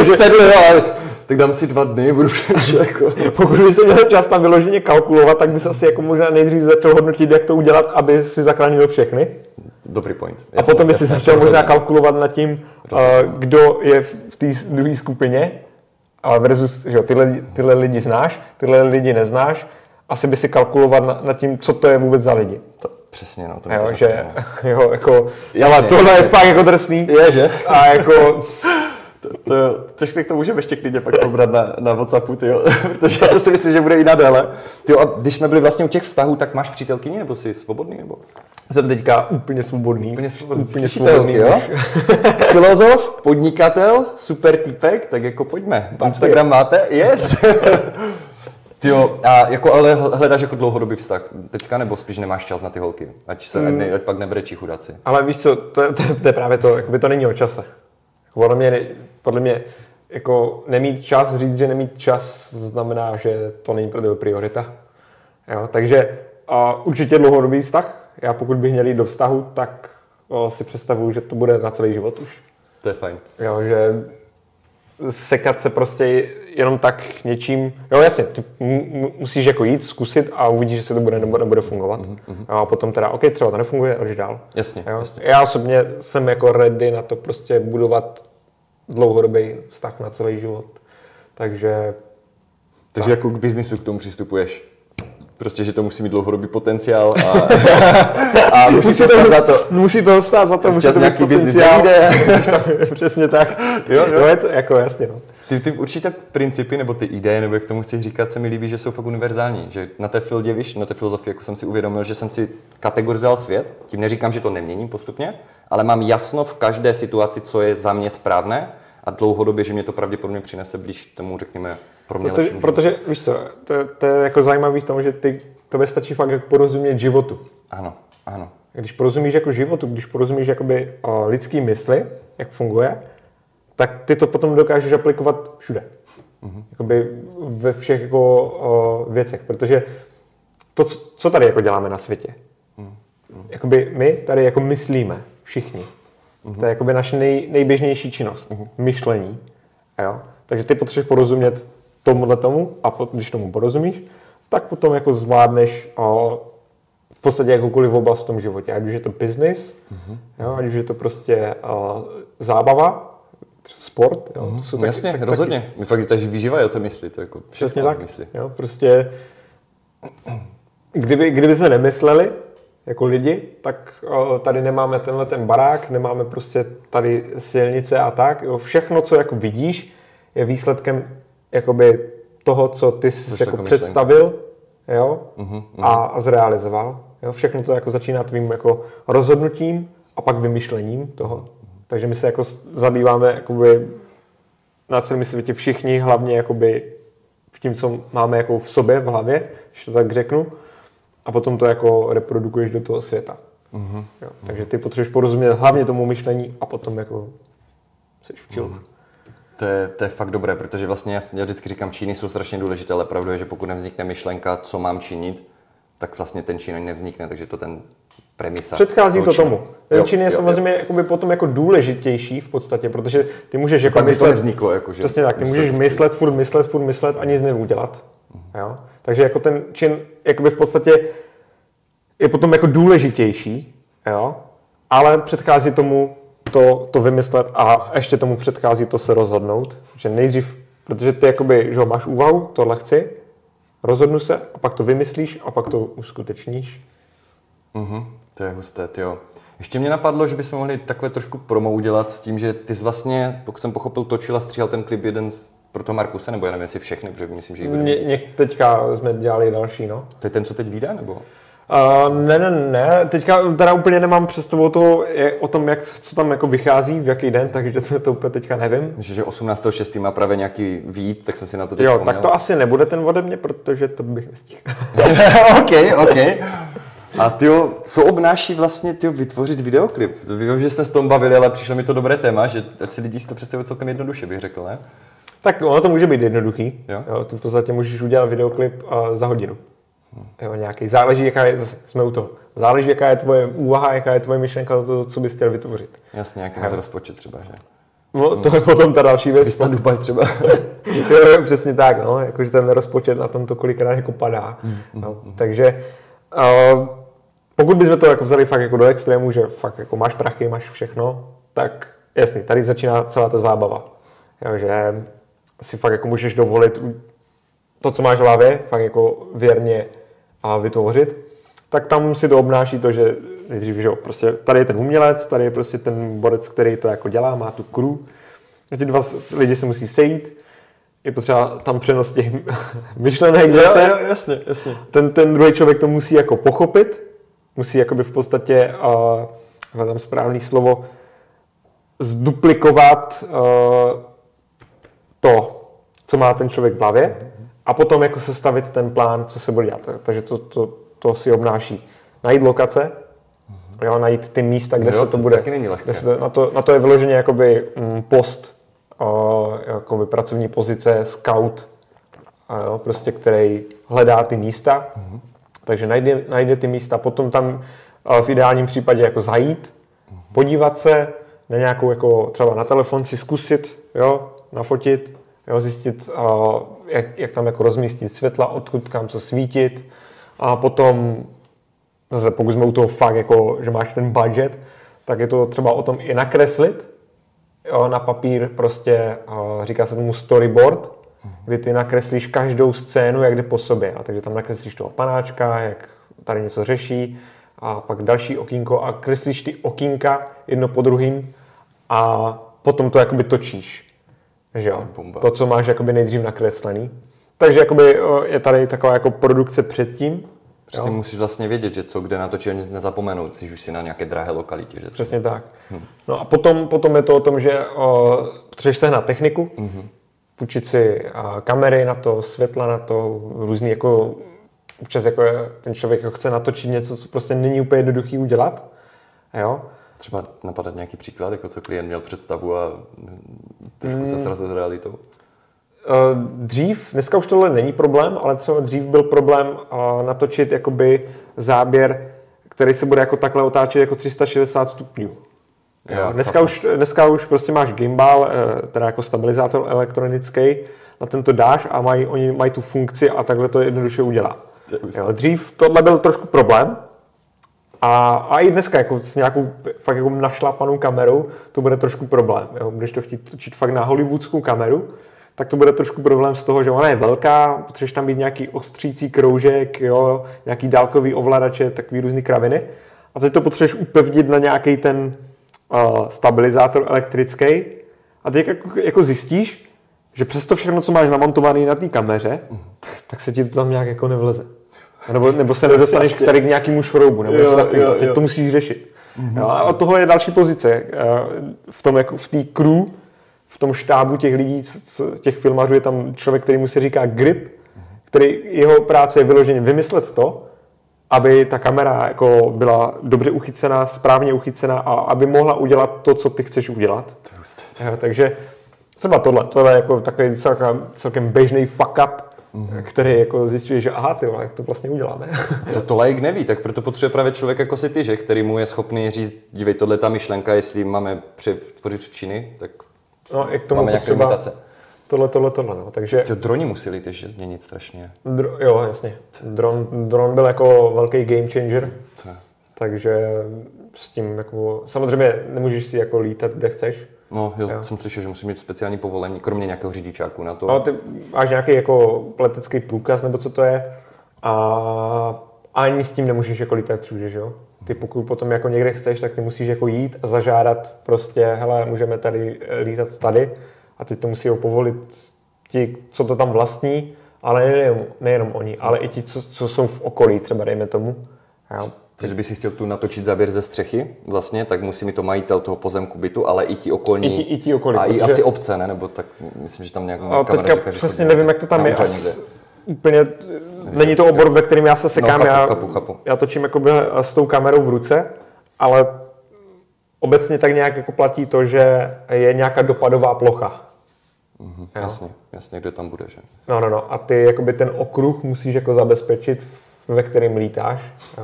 Tak dám si 2 dny, budu všem jako... Pokud bys měl čas tam vyloženě kalkulovat, tak bys asi jako možná nejdřív začal hodnotit, jak to udělat, aby si zachránil všechny. Dobrý point. Jasný, a potom bys si začal možná kalkulovat nad tím, kdo je v té druhé skupině, ale versus, že tyhle lidi znáš, tyhle lidi neznáš, asi by si kalkulovat nad tím, co to je vůbec za lidi. Přesně, no. To jo, že, jo, jako, jasně, ale tohle je fakt jako drsný. Je, že? A jako... Což k tomu můžeme ještě klidně pak pobrat na WhatsAppu, tyjo, protože to si myslím, že bude i nadále. Tyjo, a když jsme byli vlastně u těch vztahů, tak máš přítelkyni, nebo jsi svobodný, nebo? Jsem teďka úplně svobodný. Úplně svobodný, jo? Filozof, podnikatel, super týpek, tak jako pojďme. Instagram máte? Yes! Tyjo, a jako ale hledáš jako dlouhodobý vztah teďka, nebo spíš nemáš čas na ty holky? Ať pak nebrečí chudáci. Ale víš co, to je právě to, jakoby to není o čase. Podle mě jako nemít čas, říct, že nemít čas, znamená, že to není pro tebe priorita. Jo, takže určitě dlouhodobý vztah. Já pokud bych měl jít do vztahu, tak si představuju, že to bude na celý život už. To je fajn. Jo, že sekat se prostě jenom tak něčím. Jo, jasně, ty musíš jako jít, zkusit a uvidíš, že se to bude nebo nebude fungovat. A potom teda, OK, třeba to nefunguje, ale dál. Jasně, jo? jasně. Já osobně jsem jako ready na to prostě budovat dlouhodobý vztah na celý život. Takže jako k biznisu k tomu přistupuješ? Prostě, že to musí mít dlouhodobý potenciál a musí to stát za to. Musí to stát za to, musí to nějaký biznis nejde. Přesně tak. Jo, je to jako jasně. No. Ty určité principy nebo ty ideje, nebo jak tomu chceš říkat, se mi líbí, že jsou fakt univerzální. Že na té fieldě, víš, na té filozofii, jako jsem si uvědomil, že jsem si kategorizoval svět. Tím neříkám, že to neměním postupně, ale mám jasno v každé situaci, co je za mě správné a dlouhodobě, že mě to pravděpodobně přinese blíž tomu, řekněme, pro mě lepším. Protože víš co, to je jako zajímavý v tom, že tobě stačí fakt jako porozumět životu. Ano. Když porozumíš jako životu, když porozumíš jakoby lidský mysli, jak funguje, tak ty to potom dokážeš aplikovat všude. Jakoby ve všech jako věcech, protože to, co tady jako děláme na světě, jakoby my tady jako myslíme všichni. To je jakoby naše nejběžnější činnost, myšlení. Jo? Takže ty potřebuješ porozumět tomu a když tomu porozumíš, tak potom jako zvládneš v podstatě jakoukoliv oblast v tom životě. Ať už je to business, jo? Ať už je to prostě zábava, sport. Jo? To jsou jasně, rozhodně. My fakt takže výživa je o té mysli. To jako přesně tak. Jo? Prostě kdyby jsme nemysleli jako lidi, tak tady nemáme tenhle ten barák, nemáme prostě tady silnice a tak. Jo? Všechno, co jako vidíš, je výsledkem jakoby toho, co ty jsi jako představil, jo? A zrealizoval. Jo? Všechno to jako začíná tvým jako rozhodnutím a pak vymyšlením toho. Takže my se jako zabýváme jakoby na celém světě všichni, hlavně jakoby v tím, co máme jako v sobě, v hlavě, když to tak řeknu, a potom to jako reprodukuješ do toho světa. Jo? Takže ty potřebuješ porozumět hlavně tomu myšlení a potom jako seš v chillu. To je fakt dobré, protože vlastně já vždycky říkám, činy jsou strašně důležité, ale pravda je, že pokud nevznikne myšlenka, co mám činit, tak vlastně ten čin nevznikne, takže to ten premisa. Předchází to tomu. Ten čin je samozřejmě jakoby potom jako důležitější v podstatě, protože ty můžeš jako myslet. To nevzniklo, jakože. Přesně tak, ty můžeš furt myslet a nic neudělat. Jo? Takže jako ten čin jakoby v podstatě je potom jako důležitější, jo? Ale předchází tomu to vymyslet a ještě tomu předchází to se rozhodnout. Že nejdřív, protože ty jakoby, že máš úvahu, tohle chci, rozhodnu se a pak to vymyslíš a pak to uskutečníš. To je husté, tyjo. Ještě mě napadlo, že bychom mohli takové trošku promo udělat s tím, že ty jsi vlastně, pokud jsem pochopil, točil a stříhal ten klip jeden pro toho Markuse, nebo já nevím, jestli všechny, protože myslím, že jich bude víc. Teďka jsme dělali další, no. To je ten, co teď vyjde, nebo? Ne. Teďka teda úplně nemám představu o tom, co tam jako vychází, v jaký den, takže to úplně teďka nevím. Že 18.6. má právě nějaký výjít, tak jsem si na to teď vzpomněl. Tak to asi nebude ten ode mě, protože to bych nestihl. OK. A tyjo, co obnáší vlastně vytvořit videoklip? Vím, že jsme s tom bavili, ale přišlo mi to dobré téma, že si lidi si to představují celkem jednoduše, bych řekl, ne? Tak ono to může být jednoduchý. Jo? Ty v podstatě můžeš udělat videoklip za hodinu. Jo, nějaký. Záleží, jsme u toho. Záleží, jaká je tvoje úvaha, jaká je tvoje myšlenka za to, co bys chtěl vytvořit. Jasně, nějaký máš rozpočet třeba, že? No, to je potom ta další věc. Vista Dubaj třeba. Jo, přesně tak, no, jakože ten rozpočet na tom to kolikrát jako padá. No, takže pokud bychom to jako vzali fakt jako do extrému, že fakt jako máš prachy, máš všechno, tak jasný, tady začíná celá ta zábava. Jo, že si fakt jako můžeš dovolit to, co máš v hlavě, fakt jako věrně a vytvořit, tak tam si to obnáší to, že nejdřív, že prostě tady je ten umělec, tady je prostě ten borec, který to jako dělá, má tu crew. A ti dva lidi se musí sejít, je potřeba tam přenos těch myšlenek. Jasně. Ten druhý člověk to musí jako pochopit, musí jakoby v podstatě, hledám správný slovo, zduplikovat to, co má ten člověk v hlavě, a potom jako sestavit ten plán, co se bude dělat. Takže to si obnáší najít lokace, jo, najít ty místa, kde se to bude. Taky není lehké. Na to je vyloženě jakoby post, jakoby pracovní pozice, scout, jo, prostě, který hledá ty místa. Takže najde ty místa, potom tam v ideálním případě jako zajít, podívat se na nějakou, jako třeba na telefon si zkusit, jo, nafotit, jo, zjistit, jak tam jako rozmístit světla, odkud kam co svítit, a potom zase pokud jsme u toho fakt jako, že máš ten budget, tak je to třeba o tom i nakreslit, jo, na papír prostě, říká se tomu storyboard, kdy ty nakreslíš každou scénu, jak jde po sobě. A takže tam nakreslíš toho panáčka, jak tady něco řeší, a pak další okýnko a kreslíš ty okýnka jedno po druhým a potom to jakoby točíš. Že jo? To, co máš jakoby nejdřív nakreslený. Takže jakoby je tady taková jako produkce předtím. Protože ty musíš vlastně vědět, že co kde natočit, nic nezapomenout, když už si na nějaké drahé lokalitě. Že přesně tak. No a potom je to o tom, že potřebuješ sehnat techniku, půjčit si kamery na to, světla na to, různý jako občas jako ten člověk jako chce natočit něco, co prostě není úplně jednoduchý udělat. Jo? Třeba napadat nějaký příklad, jako co klient měl představu a trošku se srazil s realitou? Dneska už tohle není problém, ale třeba dřív byl problém natočit jakoby záběr, který se bude jako takhle otáčet jako 360 stupňů. Jo, dneska už prostě máš gimbal, teda jako stabilizátor elektronický, na ten to dáš a oni mají tu funkci a takhle to jednoduše udělá. Jo, dřív tohle byl trošku problém a i dneska jako s nějakou fakt jako našlapanou kamerou to bude trošku problém. Jo. Budeš to chtít točit fakt na hollywoodskou kameru, tak to bude trošku problém z toho, že ona je velká, potřebuješ tam být nějaký ostřící kroužek, jo, nějaký dálkový ovladače, takový různý kraviny. A teď to potřebuješ upevnit na nějaký ten stabilizátor elektrický. A teď jako zjistíš, že přes to všechno, co máš namontovaný na té kameře, tak se ti to tam nějak jako nevleze. Nebo se nedostaneš tady k nějakému šroubu, nebo teď to musíš řešit. Jo, a od toho je další pozice. V tom, jako v té crew, v tom štábu těch lidí, těch filmařů je tam člověk, který mu se říká grip, který jeho práce je vyloženě vymyslet to, aby ta kamera jako byla dobře uchycená, správně uchycená a aby mohla udělat to, co ty chceš udělat. Takže třeba tohle je jako takový celkem běžný fuck up, který jako zjišťuje, že aha, ty vole, jak to vlastně uděláme. To laik neví, tak proto potřebuje právě člověk jako si ty, že, který mu je schopný říct, dívej, tohle je ta myšlenka, jestli máme přetvořit činy, tak no, jak tomu máme nějaké limitace. Tohle, no. Takže droni museli tež změnit strašně. Jo, jasně. Dron byl jako velký game changer. Co? Takže s tím jako, samozřejmě nemůžeš si jako lítat, kde chceš. No jo, jsem slyšel, že musíš mít speciální povolení, kromě nějakého řidičáku na to. No, ty máš nějaký jako letecký průkaz, nebo co to je, a ani s tím nemůžeš jako lítat všude, že jo? Ty pokud potom jako někde chceš, tak ty musíš jako jít a zažádat prostě, hele, můžeme tady lítat tady, a teď to musí povolit ti, co to tam vlastní, ale nejenom oni, ale i ti, co jsou v okolí, třeba dejme tomu. Jo. Takže by si chtěl tu natočit záběr ze střechy vlastně, tak musí mi to majitel toho pozemku bytu, ale i ti okolní. I ti okolí. A i asi obce, ne? Nebo tak myslím, že tam nějakou kamera říká, že přesně nevím, jak to tam je. Úplně, není to obor, ve kterém já se sekám. No, chápu. Já točím jakoby s tou kamerou v ruce, ale obecně tak nějak jako platí to, že je nějaká dopadová plocha. Jasně, kde tam bude, že? No. A ty jakoby ten okruh musíš jako zabezpečit, ve kterém lítáš.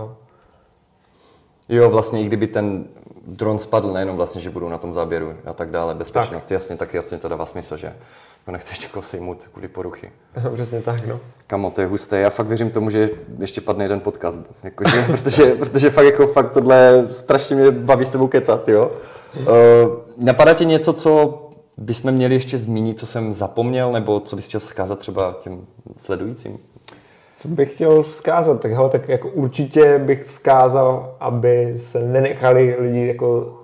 Jo, vlastně i kdyby ten dron spadl, nejenom vlastně, že budou na tom záběru a tak dále, bezpečnost, tak. Jasně to dává smysl, že to nechceš někoho sejmout kvůli poruchy. Přesně tak, no. Kamo, to je husté. Já fakt věřím tomu, že ještě padne jeden podcast, jakože, protože fakt tohle strašně mě baví s tebou kecat, jo. Napadá ti něco, co bychom měli ještě zmínit, co jsem zapomněl, nebo co bys chtěl vzkázat třeba těm sledujícím? Co bych chtěl vzkázat? Tak jako určitě bych vzkázal, aby se nenechali lidi jako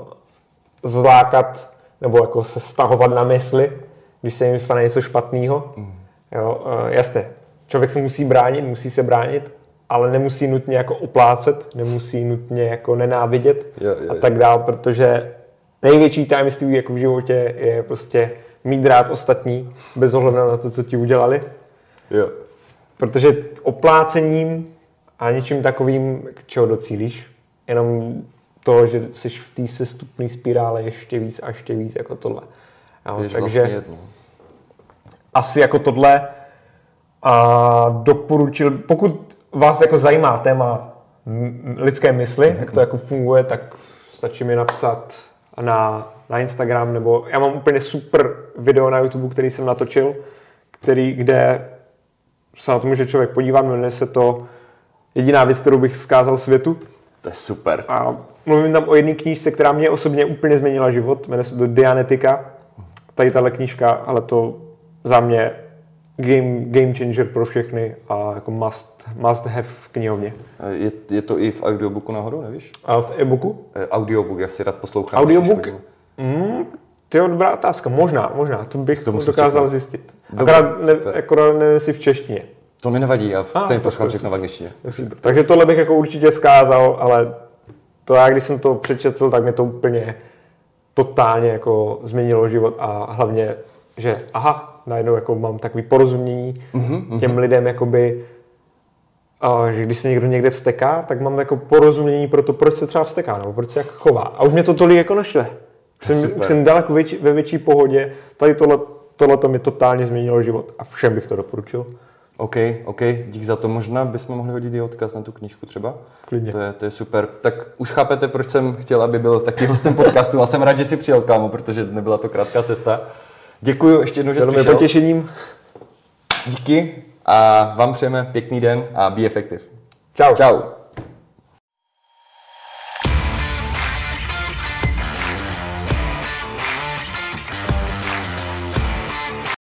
zlákat nebo jako se stahovat na mysli, když se jim stane něco špatného. Jasně, člověk se musí se bránit, ale nemusí nutně jako oplácet, nemusí nutně jako nenávidět a tak dál, protože největší tajemství jako v životě je prostě mít rád ostatní, bez ohledu na to, co ti udělali. Jo. Protože oplácením a něčím takovým, k čeho docílíš, jenom to, že jsi v té sestupné spirále ještě víc jako tohle. Takže vlastně asi jako tohle a doporučil, pokud vás jako zajímá téma lidské mysli, jak to jako funguje, tak stačí mi napsat na Instagram, nebo já mám úplně super video na YouTube, který jsem natočil, kde se na to může člověk podívat, jmenuje se to Jediná věc, kterou bych vzkázal světu. To je super. A mluvím tam o jedné knížce, která mě osobně úplně změnila život, jmenuje se to Dianetika. Tady tahle knížka, ale to za mě game changer pro všechny a jako must have v knihovně. Je to i v audiobooku náhodou, nevíš? A v e-booku? Audiobook, já si rád poslouchám. Audiobook? To je dobrá otázka, možná, to bych dokázal zjistit. Akorát nevím, jestli v češtině. To mi nevadí, já ten poslouchám všechno v angličtině. Takže tohle bych jako určitě vzkázal, ale to já, když jsem to přečetl, tak mě to úplně totálně jako změnilo život a hlavně, že najednou jako mám takový porozumění těm lidem, jakoby, že když se někdo někde vzteká, tak mám jako porozumění pro to, proč se třeba vzteká, nebo proč se jak chová. A už mě to tolik jako neštve. Už jsem daleko ve větší pohodě. Tady tohleto mi totálně změnilo život a všem bych to doporučil. OK, dík za to. Možná bychom mohli hodit i odkaz na tu knížku třeba. Klidně. To je super. Tak už chápete, proč jsem chtěl, aby byl taky hostem podcastu a jsem rád, že jsi přijel, kámo, protože nebyla to krátká cesta. Děkuji ještě jednou, že jsi přišel. Potěšením. Díky a vám přejeme pěkný den a be effective. Čau. Čau.